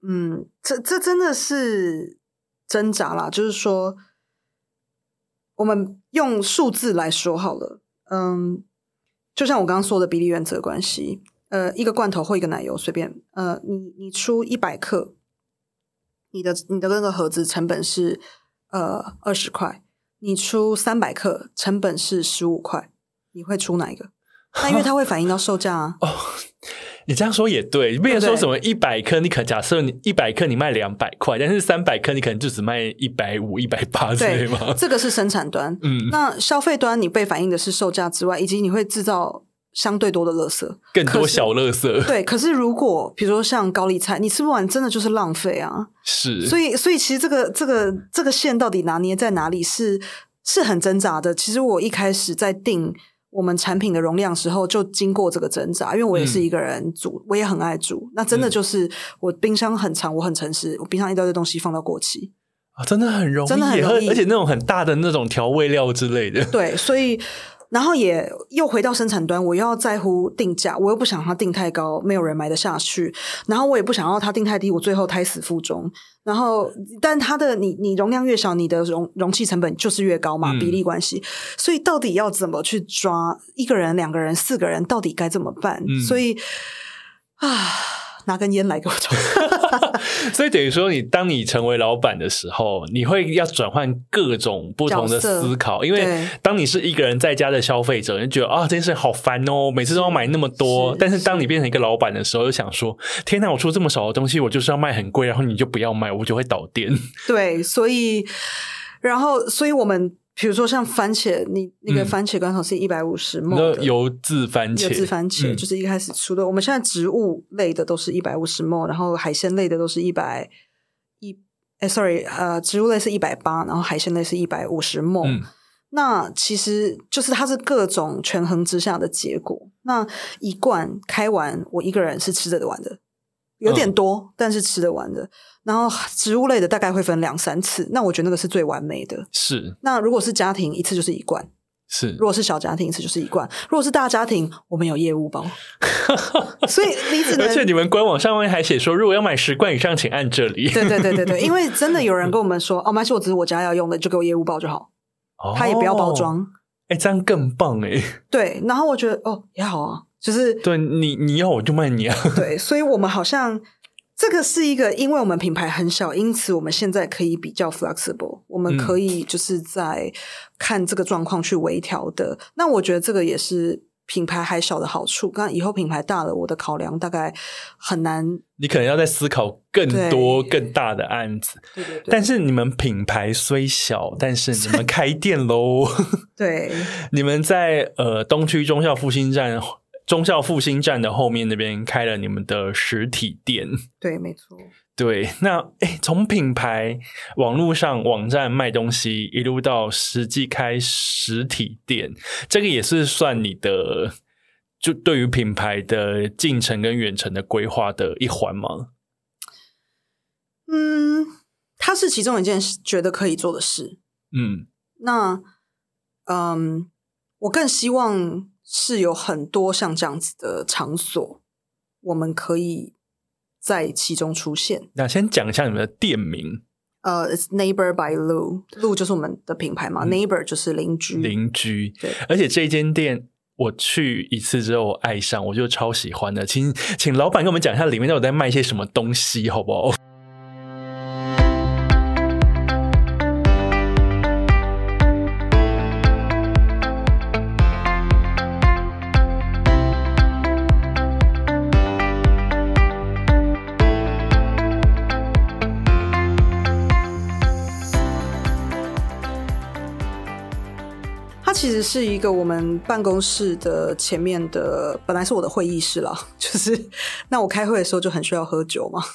嗯，这这真的是挣扎啦，就是说我们用数字来说好了，嗯，就像我刚刚说的比例原则关系，呃，一个罐头或一个奶油随便，呃，你你出一百克，你的你的那个盒子成本是呃二十块，你出三百克成本是十五块，你会出哪一个？那因为它会反映到售价啊。 哦，你这样说也对，比如说什么一百克，你可能假设你一百克你卖两百块，但是三百克你可能就只卖一百五、一百八之类吗？ 这个是生产端，嗯，那消费端你被反映的是售价之外，以及你会制造相对多的垃圾， 更多小垃圾。 对，可是如果比如说像高丽菜，你吃不完真的就是浪费啊。 是， 所以所以其实这个这个这个线到底拿捏在哪里是是很挣扎的。其实我一开始在定我们产品的容量时候就经过这个挣扎，因为我也是一个人煮，嗯、我也很爱煮。那真的就是我冰箱很长，我很诚实，我冰箱一大堆东西放到过期啊，真的很容易， 真的很容易， 而且那种很大的那种调味料之类的。 对，所以然后也又回到生产端，我又要在乎定价，我又不想它定太高，没有人买得下去，然后我也不想要它定太低，我最后胎死腹中。然后但它的你你容量越小，你的容容器成本就是越高嘛，比例关系、嗯、所以到底要怎么去抓一个人两个人四个人到底该怎么办、嗯、所以啊，拿根烟来给我抽所以等于说你当你成为老板的时候，你会要转换各种不同的思考，因为当你是一个人在家的消费者，你就觉得啊这件事好烦哦，每次都要买那么多，是但是当你变成一个老板的时候，就想说天哪，我出这么少的东西我就是要卖很贵，然后你就不要卖，我就会倒店。对， 所以然后所以我们比如说像番茄，你那个番茄罐头是一百五十 ml 的、 嗯、油渍番茄， 油渍番茄、嗯、就是一开始出的。我们现在植物类的都是一百五十 ml， 然后海鲜类的都是一百一哎 sorry 呃植物类是一百八，然后海鲜类是一百五十 ml、嗯、那其实就是它是各种权衡之下的结果。那一罐开完我一个人是吃得完的，有点多、嗯、但是吃得完的。然后植物类的大概会分两三次，那我觉得那个是最完美的。 是， 那如果是家庭一次就是一罐， 是， 如果是小家庭一次就是一罐，如果是大家庭我们有业务包所以你只能， 而且你们官网上面还写说如果要买十罐以上请按这里。 对对对对对，因为真的有人跟我们说哦，没关系，我只是我家要用的就给我业务包就好、哦、他也不要包装。 哎，这样更棒哎。 对，然后我觉得哦也好啊，就是对你你要我就卖你啊。 对，所以我们好像这个是一个，因为我们品牌很小，因此我们现在可以比较 flexible， 我们可以就是在看这个状况去微调的、嗯、那我觉得这个也是品牌还小的好处。刚以后品牌大了，我的考量大概很难， 你可能要再思考更多更大的案子。 对对对， 但是你们品牌虽小，但是你们开店咯对你们在呃东区忠孝复兴站忠孝复兴站的后面那边开了你们的实体店。 对，没错。 对，那诶从品牌网络上网站卖东西一路到实际开实体店，这个也是算你的就对于品牌的进程跟远程的规划的一环吗？ 嗯，它是其中一件觉得可以做的事。嗯，那嗯，我更希望是有很多像这样子的场所，我们可以在其中出现。 那先讲一下你们的店名。 呃、uh, It's Neighbor by Lu， Lu 就是我们的品牌嘛、嗯、Neighbor 就是邻居。 邻居， 对。 而且这一间店我去一次之后我爱上，我就超喜欢的。请请老板跟我们讲一下里面到底在卖些什么东西好不好？ 其实是一个我们办公室的前面的，本来是我的会议室啦，就是那我开会的时候就很需要喝酒嘛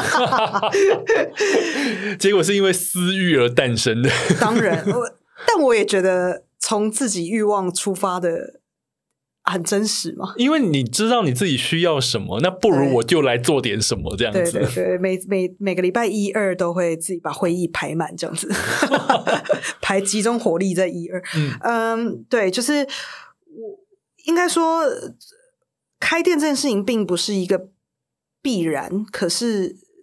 结果是因为私欲而诞生的当然我但我也觉得从自己欲望出发的很真实嘛， 因为你知道你自己需要什么，那不如我就来做点什么这样子。 对对对，每每每个礼拜一二都会自己把会议排满这样子排集中火力在一二。嗯, 嗯对，就是我应该说开店这件事情并不是一个必然，可是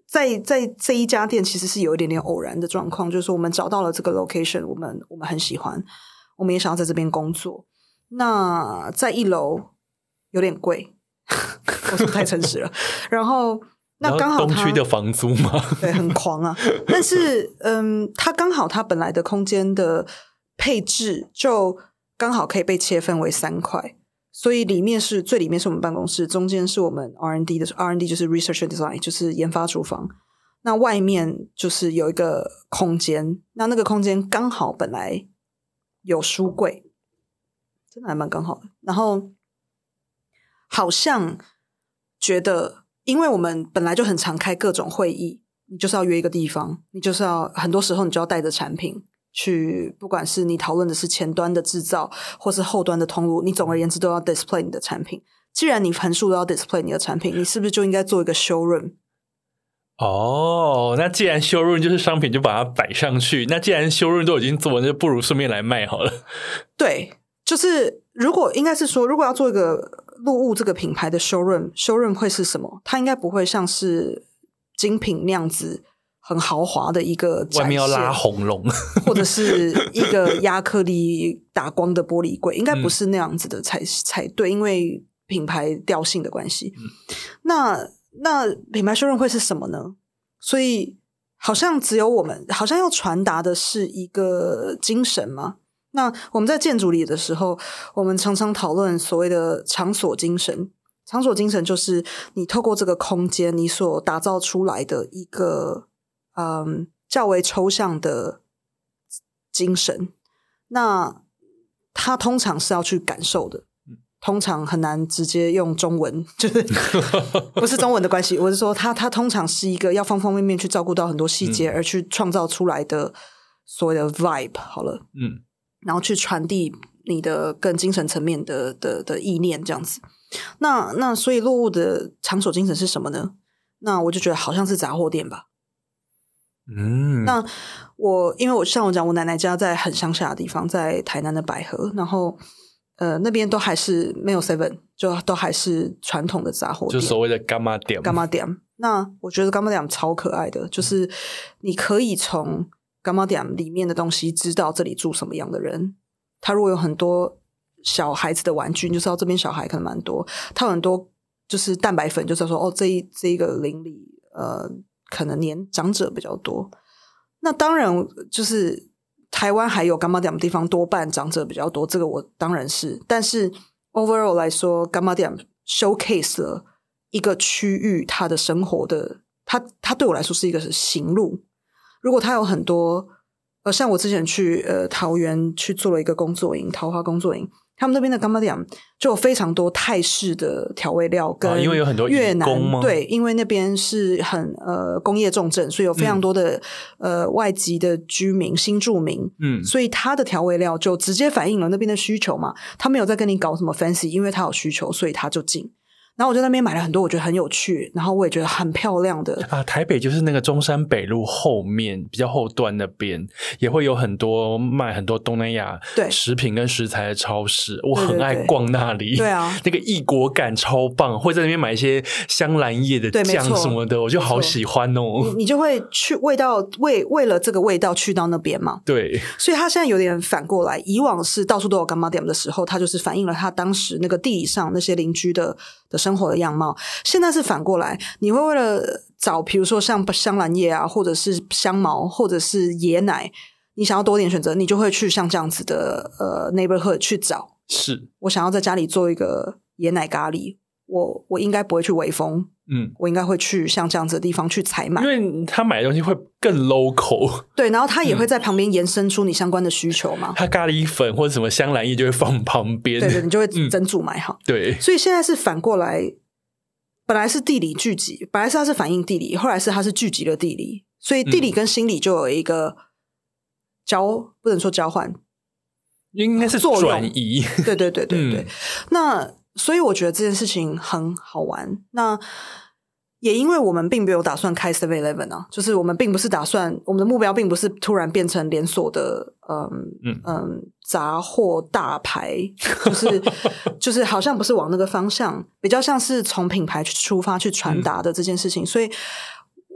在在这一家店其实是有一点点偶然的状况，就是说我们找到了这个 location， 我们我们很喜欢，我们也想要在这边工作。那在一楼有点贵，我是不是太诚实了？然后那刚好东区的房租吗？ 对，很狂啊。但是嗯，它刚好它本来的空间的配置就刚好可以被切分为三块。所以里面是最里面是我们办公室，中间是我们 R and D 的 R and D 就是 Research and Design 就是研发厨房，那外面就是有一个空间，那那个空间刚好本来有书柜，真的还蛮刚好的。然后好像觉得因为我们本来就很常开各种会议，你就是要约一个地方，你就是要很多时候你就要带着产品去，不管是你讨论的是前端的制造或是后端的通路，你总而言之都要 display 你的产品。既然你横竖都要 display 你的产品，你是不是就应该做一个 showroom？ 哦，那既然 showroom 就是商品就把它摆上去，那既然 showroom 都已经做了，那就不如顺便来卖好了。 对，就是如果应该是说如果要做一个路物这个品牌的 showroom showroom 会是什么？它应该不会像是精品那样子很豪华的一个展现， 外面要拉红龙或者是一个亚克力打光的玻璃柜，应该不是那样子的才、嗯、才对，因为品牌调性的关系、嗯、那那品牌 showroom 会是什么呢？所以好像只有我们好像要传达的是一个精神嘛。那我们在建筑里的时候，我们常常讨论所谓的场所精神。场所精神就是你透过这个空间你所打造出来的一个嗯较为抽象的精神，那它通常是要去感受的，通常很难直接用中文，就是不是中文的关系，我是说它它通常是一个要方方面面去照顾到很多细节、嗯、而去创造出来的所谓的 vibe 好了，嗯，然后去传递你的更精神层面的的的意念这样子。那那所以落物的场所精神是什么呢？那我就觉得好像是杂货店吧。嗯，那我因为我像我讲，我奶奶家在很乡下的地方，在台南的百合，然后呃那边都还是没有 seven， 就都还是传统的杂货店， 就所谓的柑仔店。 柑仔店，那我觉得柑仔店超可爱的，就是你可以从柑仔店里面的东西知道这里住什么样的人。他如果有很多小孩子的玩具，你就知道这边小孩可能蛮多。他有很多就是蛋白粉，就知道说哦，这一这一个邻里呃。可能年长者比较多，那当然就是台湾还有柑仔店的地方多半长者比较多，这个我当然是，但是 overall 来说，柑仔店 showcase 了一个区域它的生活的，它它对我来说是一个行路。如果它有很多呃，像我之前去呃桃园去做了一个工作营，桃花工作营。他们那边的柑仔店就有非常多泰式的调味料跟越南、啊、 因为有很多移工吗？ 对，因为那边是很呃工业重镇，所以有非常多的、嗯、呃外籍的居民新住民，嗯，所以他的调味料就直接反映了那边的需求嘛。他没有在跟你搞什么 fancy， 因为他有需求，所以他就进。然后我在那边买了很多我觉得很有趣，然后我也觉得很漂亮的啊。台北就是那个中山北路后面比较后端那边也会有很多卖很多东南亚食品跟食材的超市，我很爱逛那里。 对啊， 那个异国感超棒，会在那边买一些香兰叶的酱什么的，我就好喜欢哦。 你, 你就会去味道为为了这个味道去到那边嘛。 对， 所以他现在有点反过来，以往是到处都有柑仔店的时候，他就是反映了他当时那个地理上那些邻居的的生活的样貌。现在是反过来，你会为了找比如说像香兰叶啊，或者是香茅，或者是椰奶，你想要多点选择，你就会去像这样子的呃 neighborhood 去找。 是我想要在家里做一个椰奶咖喱，我我应该不会去微风，嗯，我应该会去像这样子的地方去采买， 因为他买的东西会更 local。 对，然后他也会在旁边延伸出你相关的需求嘛， 他咖喱粉或者什么香兰叶就会放旁边， 对对，你就会整组买好、嗯、 对， 所以现在是反过来，本来是地理聚集，本来是它是反映地理，后来是它是聚集了地理，所以地理跟心理就有一个交、嗯、不能说交换， 应该是转移。 对对对对对、嗯、那所以我觉得这件事情很好玩。那也因为我们并没有打算开 seven eleven 啊，就是我们并不是打算，我们的目标并不是突然变成连锁的嗯嗯嗯杂货大牌，就是就是好像不是往那个方向，比较像是从品牌去出发去传达的这件事情、嗯、所以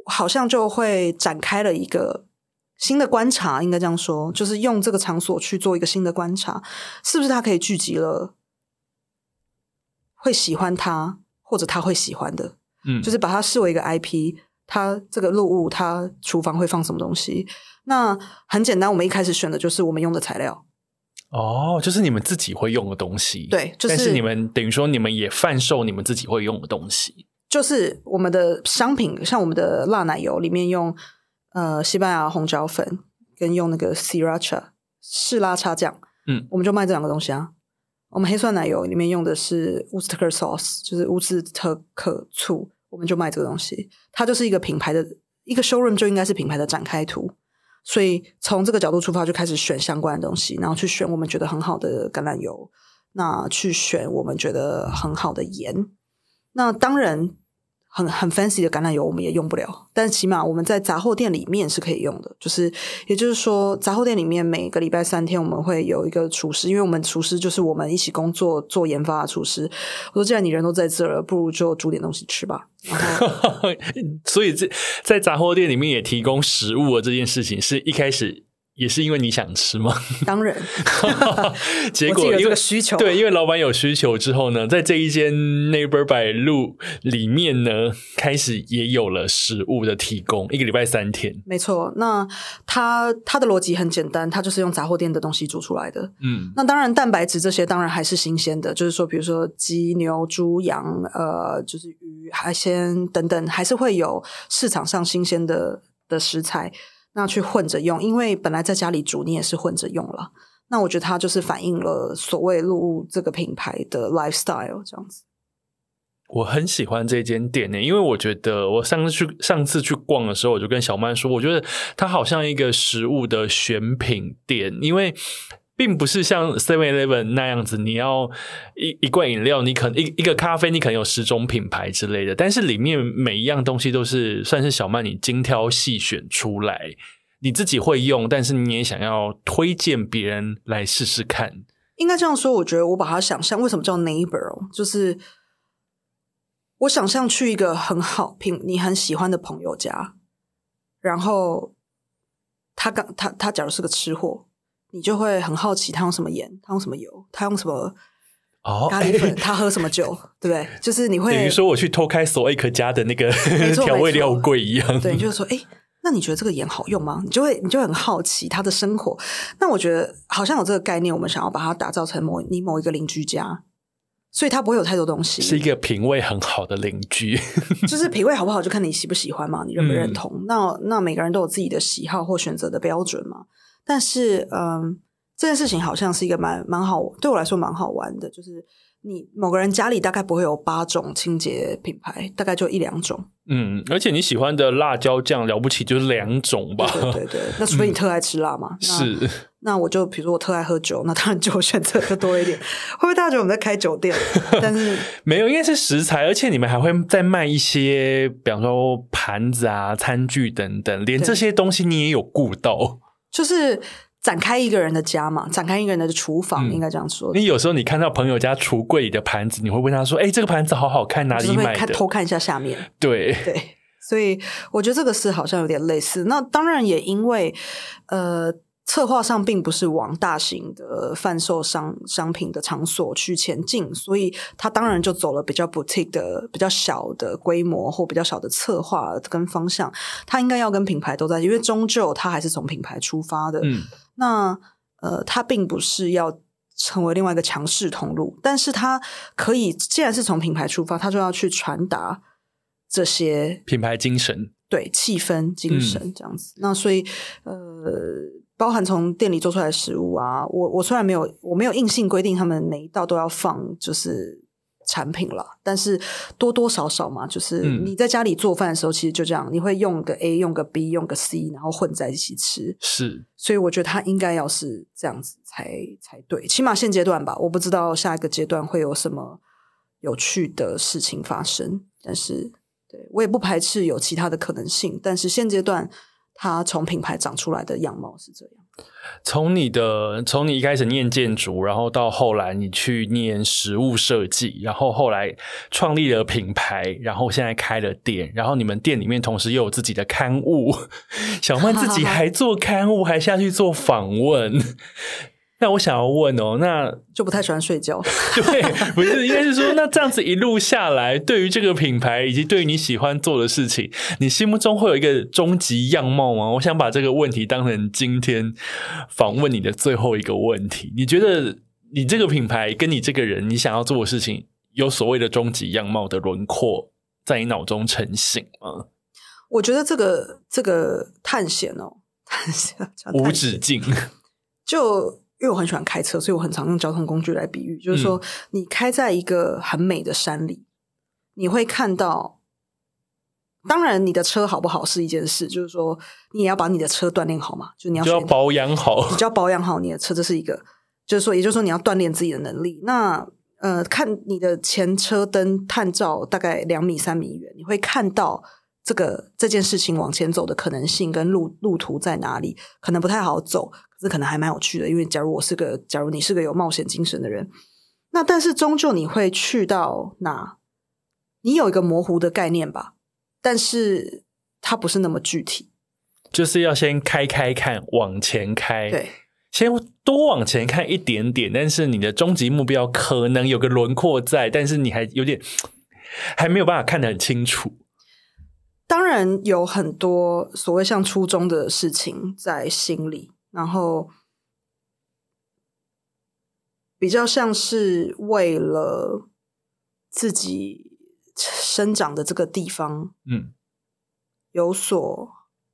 好像就会展开了一个新的观察，应该这样说，就是用这个场所去做一个新的观察，是不是它可以聚集了会喜欢它或者他会喜欢的，嗯，就是把它视为一个 I P， 它这个路物它厨房会放什么东西。那很简单，我们一开始选的就是我们用的材料。 哦，就是你们自己会用的东西。 对，就是， 但是你们等于说你们也贩售你们自己会用的东西， 就是我们的商品，像我们的辣奶油里面用呃西班牙红椒粉跟用那个 Sriracha 士拉叉酱，嗯，我们就卖这两个东西啊。我们黑蒜奶油里面用的是乌斯特克 sauce， 就是乌斯特克醋，我们就卖这个东西。它就是一个品牌的一个 showroom， 就应该是品牌的展开图。所以从这个角度出发，就开始选相关的东西，然后去选我们觉得很好的橄榄油，那去选我们觉得很好的盐。那当然很很 fancy 的橄榄油我们也用不了，但起码我们在杂货店里面是可以用的。就是也就是说，杂货店里面每个礼拜三天我们会有一个厨师，因为我们厨师就是我们一起工作做研发的厨师。我说既然你人都在这了，不如就煮点东西吃吧。然后所以在杂货店里面也提供食物的这件事情，是一开始也是因为你想吃吗？ 当然结果因为这个需求， 对，因为老板有需求之后呢，在这一间 Neighbor by Lu 里面呢，开始也有了食物的提供，一个礼拜三天。 没错，那它它的逻辑很简单，它就是用杂货店的东西煮出来的。嗯，那当然蛋白质这些当然还是新鲜的，就是说比如说鸡、牛、猪、羊，呃，就是鱼、海鲜等等，还是会有市场上新鲜的的食材。那去混着用，因为本来在家里煮你也是混着用了。那我觉得它就是反映了所谓路物这个品牌的 lifestyle 这样子。 我很喜欢这间店呢，因为我觉得我上次去上次去逛的时候，我就跟小曼说，我觉得它好像一个食物的选品店，因为并不是像 seven eleven 那样子，你要一一罐饮料，你可能一一个咖啡，你可能有十种品牌之类的，但是里面每一样东西都是算是小曼你精挑细选出来，你自己会用，但是你也想要推荐别人来试试看。 应该这样说，我觉得我把它想象为什么叫 neighbor， 就是我想象去一个很好品你很喜欢的朋友家，然后他刚他他假如是个吃货，你就会很好奇他用什么盐，他用什么油，他用什么咖喱粉，哦、他喝什么酒，对不对？就是你会等于说我去偷开索艾克家的那个调味料柜一样， 对，就是说，哎，那你觉得这个盐好用吗？你就会你就会很好奇他的生活。那我觉得好像有这个概念，我们想要把它打造成某你某一个邻居家，所以他不会有太多东西， 是一个品味很好的邻居。 就是品味好不好，就看你喜不喜欢嘛，你认不认同。嗯、那那每个人都有自己的喜好或选择的标准嘛。但是，嗯，这件事情好像是一个蛮蛮好，对我来说蛮好玩的。就是你某个人家里大概不会有八种清洁品牌，大概就一两种。 嗯，而且你喜欢的辣椒酱了不起就是两种吧？ 对对对，那除非你特爱吃辣嘛。嗯、 是。 那我就比如说我特爱喝酒，那当然就选择就多一点。会不会大家觉得我们在开酒店？但是没有，应该是食材，而且你们还会再卖一些，比方说盘子啊、餐具等等，连这些东西你也有顾到。 就是展开一个人的家嘛，展开一个人的厨房，嗯、应该这样说。 你有时候你看到朋友家橱柜里的盘子，你会问他说：“哎、欸，这个盘子好好看，哪里买的？” 就是会看偷看一下下面。 对对，所以我觉得这个是好像有点类似。那当然也因为呃。策划上并不是往大型的贩售商商品的场所去前进，所以他当然就走了比较 boutique 的比较小的规模或比较小的策划跟方向。他应该要跟品牌都在，因为终究他还是从品牌出发的。嗯，那呃，他并不是要成为另外一个强势通路，但是他可以，既然是从品牌出发，他就要去传达这些品牌精神， 对，气氛精神这样子。嗯、那所以呃。包含从店里做出来的食物啊，我我虽然没有我没有硬性规定他们每一道都要放就是产品啦，但是多多少少嘛，就是你在家里做饭的时候，其实就这样，你会用个 A 用个 B 用个 C， 然后混在一起吃。 是， 所以我觉得它应该要是这样子才才对，起码现阶段吧，我不知道下一个阶段会有什么有趣的事情发生，但是对我也不排斥有其他的可能性，但是现阶段它从品牌长出来的样貌是这样。 从你的从你一开始念建筑，然后到后来你去念食物设计，然后后来创立了品牌，然后现在开了店，然后你们店里面同时又有自己的刊物，小曼自己还做刊物还下去做访问。那我想要问哦，那就不太喜欢睡觉。 对，不是，应该是说，那这样子一路下来，对于这个品牌以及对于你喜欢做的事情，你心目中会有一个终极样貌吗？我想把这个问题当成今天访问你的最后一个问题。你觉得你这个品牌跟你这个人，你想要做的事情，有所谓的终极样貌的轮廓在你脑中成型吗？ 我觉得这个这个探险哦，探险无止境， 就。因为我很喜欢开车，所以我很常用交通工具来比喻，就是说你开在一个很美的山里，你会看到，当然你的车好不好是一件事，就是说你也要把你的车锻炼好嘛，就你要就要保养好， 你就要保养好你的车，这是一个，就是说也就是说你要锻炼自己的能力。那呃，看你的前车灯探照大概两米三米远，你会看到这个这件事情往前走的可能性跟路路途在哪里，可能不太好走，可是可能还蛮有趣的，因为假如我是个假如你是个有冒险精神的人，那但是终究你会去到哪，你有一个模糊的概念吧，但是它不是那么具体， 就是要先开开看，往前开， 对， 先多往前看一点点，但是你的终极目标可能有个轮廓在，但是你还有点还没有办法看得很清楚。 当然有很多所谓像初衷的事情在心里，然后比较像是为了自己生长的这个地方嗯， 有所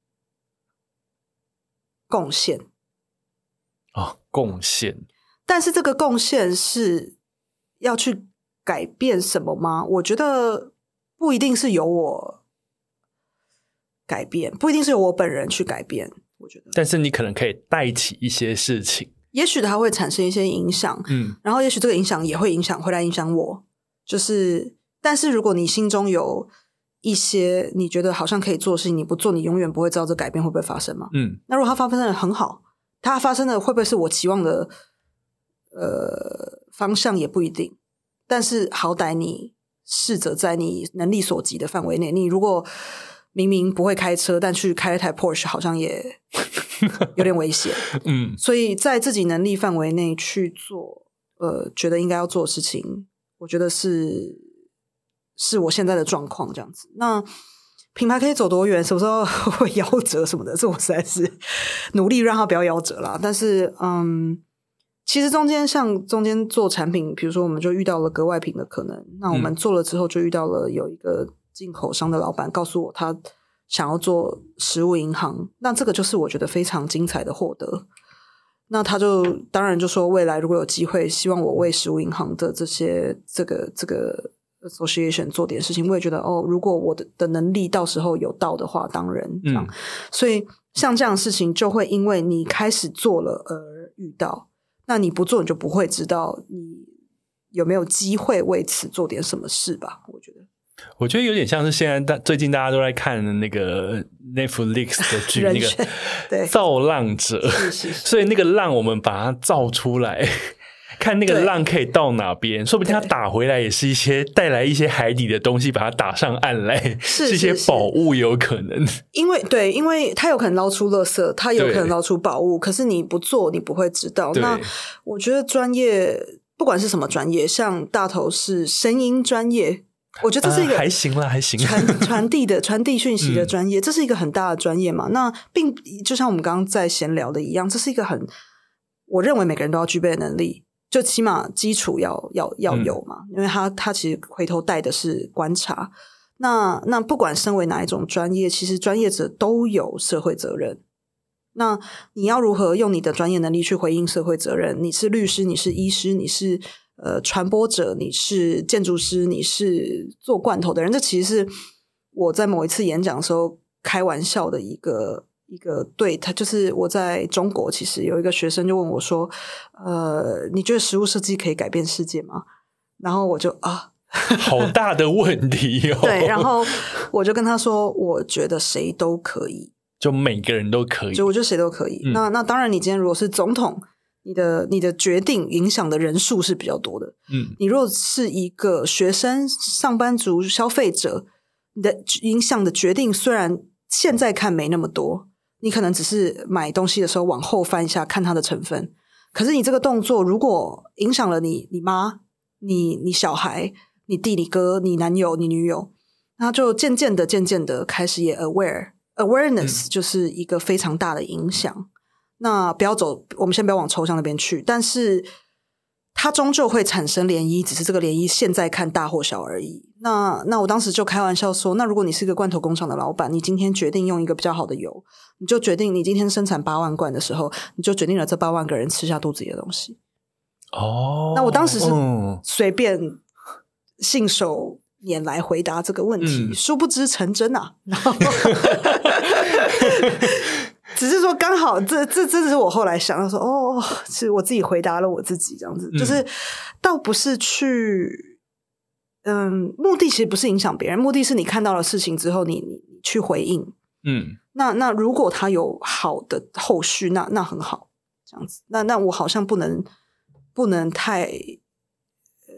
贡献哦，贡献， 但是这个贡献是要去改变什么吗？我觉得不一定是由我改变，不一定是由我本人去改变，我觉得， 但是你可能可以带起一些事情， 也许它会产生一些影响， 嗯， 然后也许这个影响也会影响回来影响我，就是但是如果你心中有一些你觉得好像可以做的事情，你不做你永远不会知道这改变会不会发生嘛， 嗯， 那如果它发生的很好，它发生的会不会是我期望的呃方向也不一定，但是好歹你试着在你能力所及的范围内，你如果明明不会开车，但去开一台 Porsche 好像也有点危险。 嗯， 所以在自己能力范围内去做，呃，觉得应该要做的事情，我觉得是是我现在的状况这样子。那品牌可以走多远，什么时候会夭折什么的，这我实在是努力让它不要夭折啦。但是，嗯，其实中间像中间做产品，比如说我们就遇到了格外品的可能，那我们做了之后就遇到了有一个进口商的老板告诉我他想要做食物银行，那这个就是我觉得非常精彩的获得。那他就当然就说未来如果有机会希望我为食物银行的这些这个这个 association 做点事情，我也觉得哦，如果我的的能力到时候有到的话当然这样、嗯、所以像这样的事情就会因为你开始做了而遇到，那你不做你就不会知道你有没有机会为此做点什么事吧。我觉得我觉得有点像是现在大最近大家都在看的那个 Netflix 的剧那个造浪者， 是是是， 所以那个浪我们把它造出来，看那个浪可以到哪边，说不定它打回来也是一些带来一些海底的东西，把它打上岸来， 是, 是, 是一些宝物有可能。 因为对，因为它有可能捞出垃圾，它有可能捞出宝物，可是你不做你不会知道。那我觉得专业不管是什么专业，像大头是声音专业，我觉得这是一个、 呃、还行啦，还行传传递的传递讯息的专业、嗯，这是一个很大的专业嘛。那并就像我们刚刚在闲聊的一样，这是一个很我认为每个人都要具备的能力，就起码基础要要要有嘛。嗯、因为他他其实回头带的是观察。那那不管身为哪一种专业，其实专业者都有社会责任。那你要如何用你的专业能力去回应社会责任？你是律师，你是医师，你是呃，传播者，你是建筑师，你是做罐头的人，这其实是我在某一次演讲的时候开玩笑的一个一个对他，就是我在中国，其实有一个学生就问我说，呃，你觉得食物设计可以改变世界吗？然后我就啊， 好大的问题哦。 对，然后我就跟他说，我觉得谁都可以， 就每个人都可以， 就我觉得谁都可以。 嗯、 那那当然，你今天如果是总统，你的你的决定影响的人数是比较多的。 嗯， 你如果是一个学生、上班族、消费者，你的影响的决定虽然现在看没那么多，你可能只是买东西的时候往后翻一下看它的成分，可是你这个动作如果影响了你、你妈、你你小孩、你弟、你哥、你男友、你女友，那就渐渐的、渐渐的开始也 aware。Awareness 就是一个非常大的影响、嗯、那不要走，我们先不要往抽象那边去，但是它终究会产生涟漪，只是这个涟漪现在看大或小而已。那那我当时就开玩笑说，那如果你是一个罐头工厂的老板，你今天决定用一个比较好的油，你就决定你今天生产八万罐的时候，你就决定了这八万个人吃下肚子里的东西。 哦， 那我当时是随便信手拈来回答这个问题、嗯、殊不知成真啊。然后只是说刚好这这这是我后来想到说，哦，是我自己回答了我自己这样子、嗯、就是倒不是去嗯，目的其实不是影响别人，目的是你看到了事情之后你你你去回应。 嗯，那那如果他有好的后续，那那很好这样子。那那我好像不能不能太呃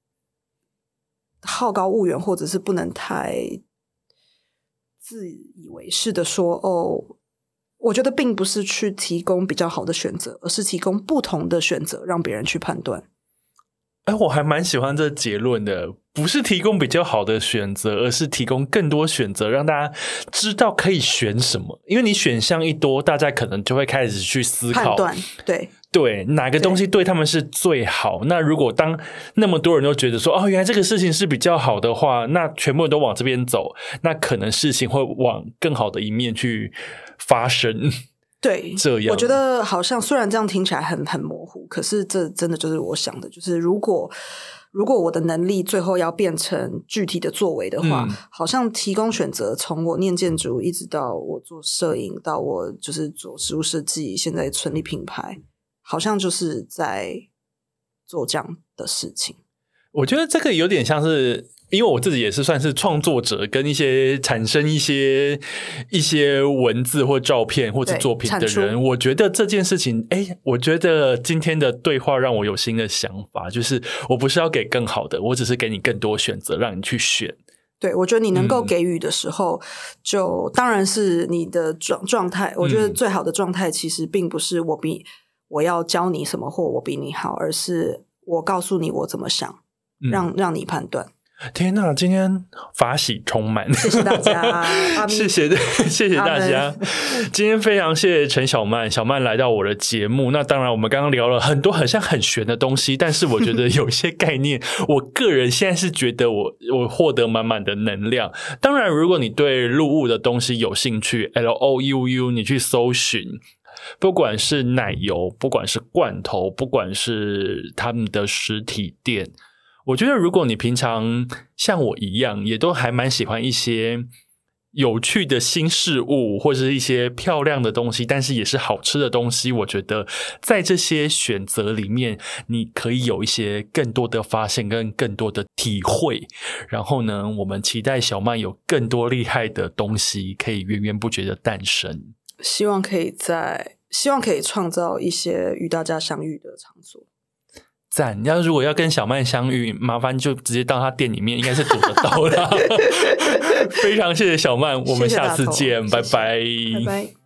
好高骛远，或者是不能太自以为是的说，哦，我觉得并不是去提供比较好的选择，而是提供不同的选择让别人去判断。 哎，我还蛮喜欢这结论的，不是提供比较好的选择，而是提供更多选择，让大家知道可以选什么。因为你选项一多，大家可能就会开始去思考， 判断，对对，哪个东西对他们是最好。那如果当那么多人都觉得说，哦，原来这个事情是比较好的话，那全部人都往这边走，那可能事情会往更好的一面去发生。 对， 这样我觉得好像虽然这样听起来很很模糊，可是这真的就是我想的，就是如果如果我的能力最后要变成具体的作为的话、嗯、好像提供选择，从我念建筑一直到我做摄影，到我就是做实务设计，现在成立品牌，好像就是在做这样的事情。 我觉得这个有点像是，因为我自己也是算是创作者，跟一些产生一些一些文字或照片或者作品的人，我觉得这件事情，诶，我觉得今天的对话让我有新的想法，就是我不是要给更好的，我只是给你更多选择让你去选。 对，我觉得你能够给予的时候、嗯、就当然是你的状状态，我觉得最好的状态其实并不是我比我要教你什么或我比你好，而是我告诉你我怎么想，让、嗯、让你判断。 天哪，今天法喜充满， 谢谢大家谢谢谢谢大家。今天非常谢谢陈小曼小曼来到我的节目。那当然我们刚刚聊了很多很像很玄的东西，但是我觉得有些概念我个人现在是觉得我我获得满满的能量。当然如果你对陆物的东西有兴趣 L O U U 你去搜寻，不管是奶油，不管是罐头，不管是他们的实体店，我觉得如果你平常像我一样也都还蛮喜欢一些有趣的新事物，或者是一些漂亮的东西，但是也是好吃的东西，我觉得在这些选择里面你可以有一些更多的发现跟更多的体会。然后呢，我们期待小曼有更多厉害的东西可以源源不绝的诞生，希望可以在希望可以创造一些与大家相遇的场所。赞！要如果要跟小曼相遇，麻烦就直接到他店里面，应该是堵得到啦。非常谢谢小曼，我们下次见，谢谢，拜拜，拜拜。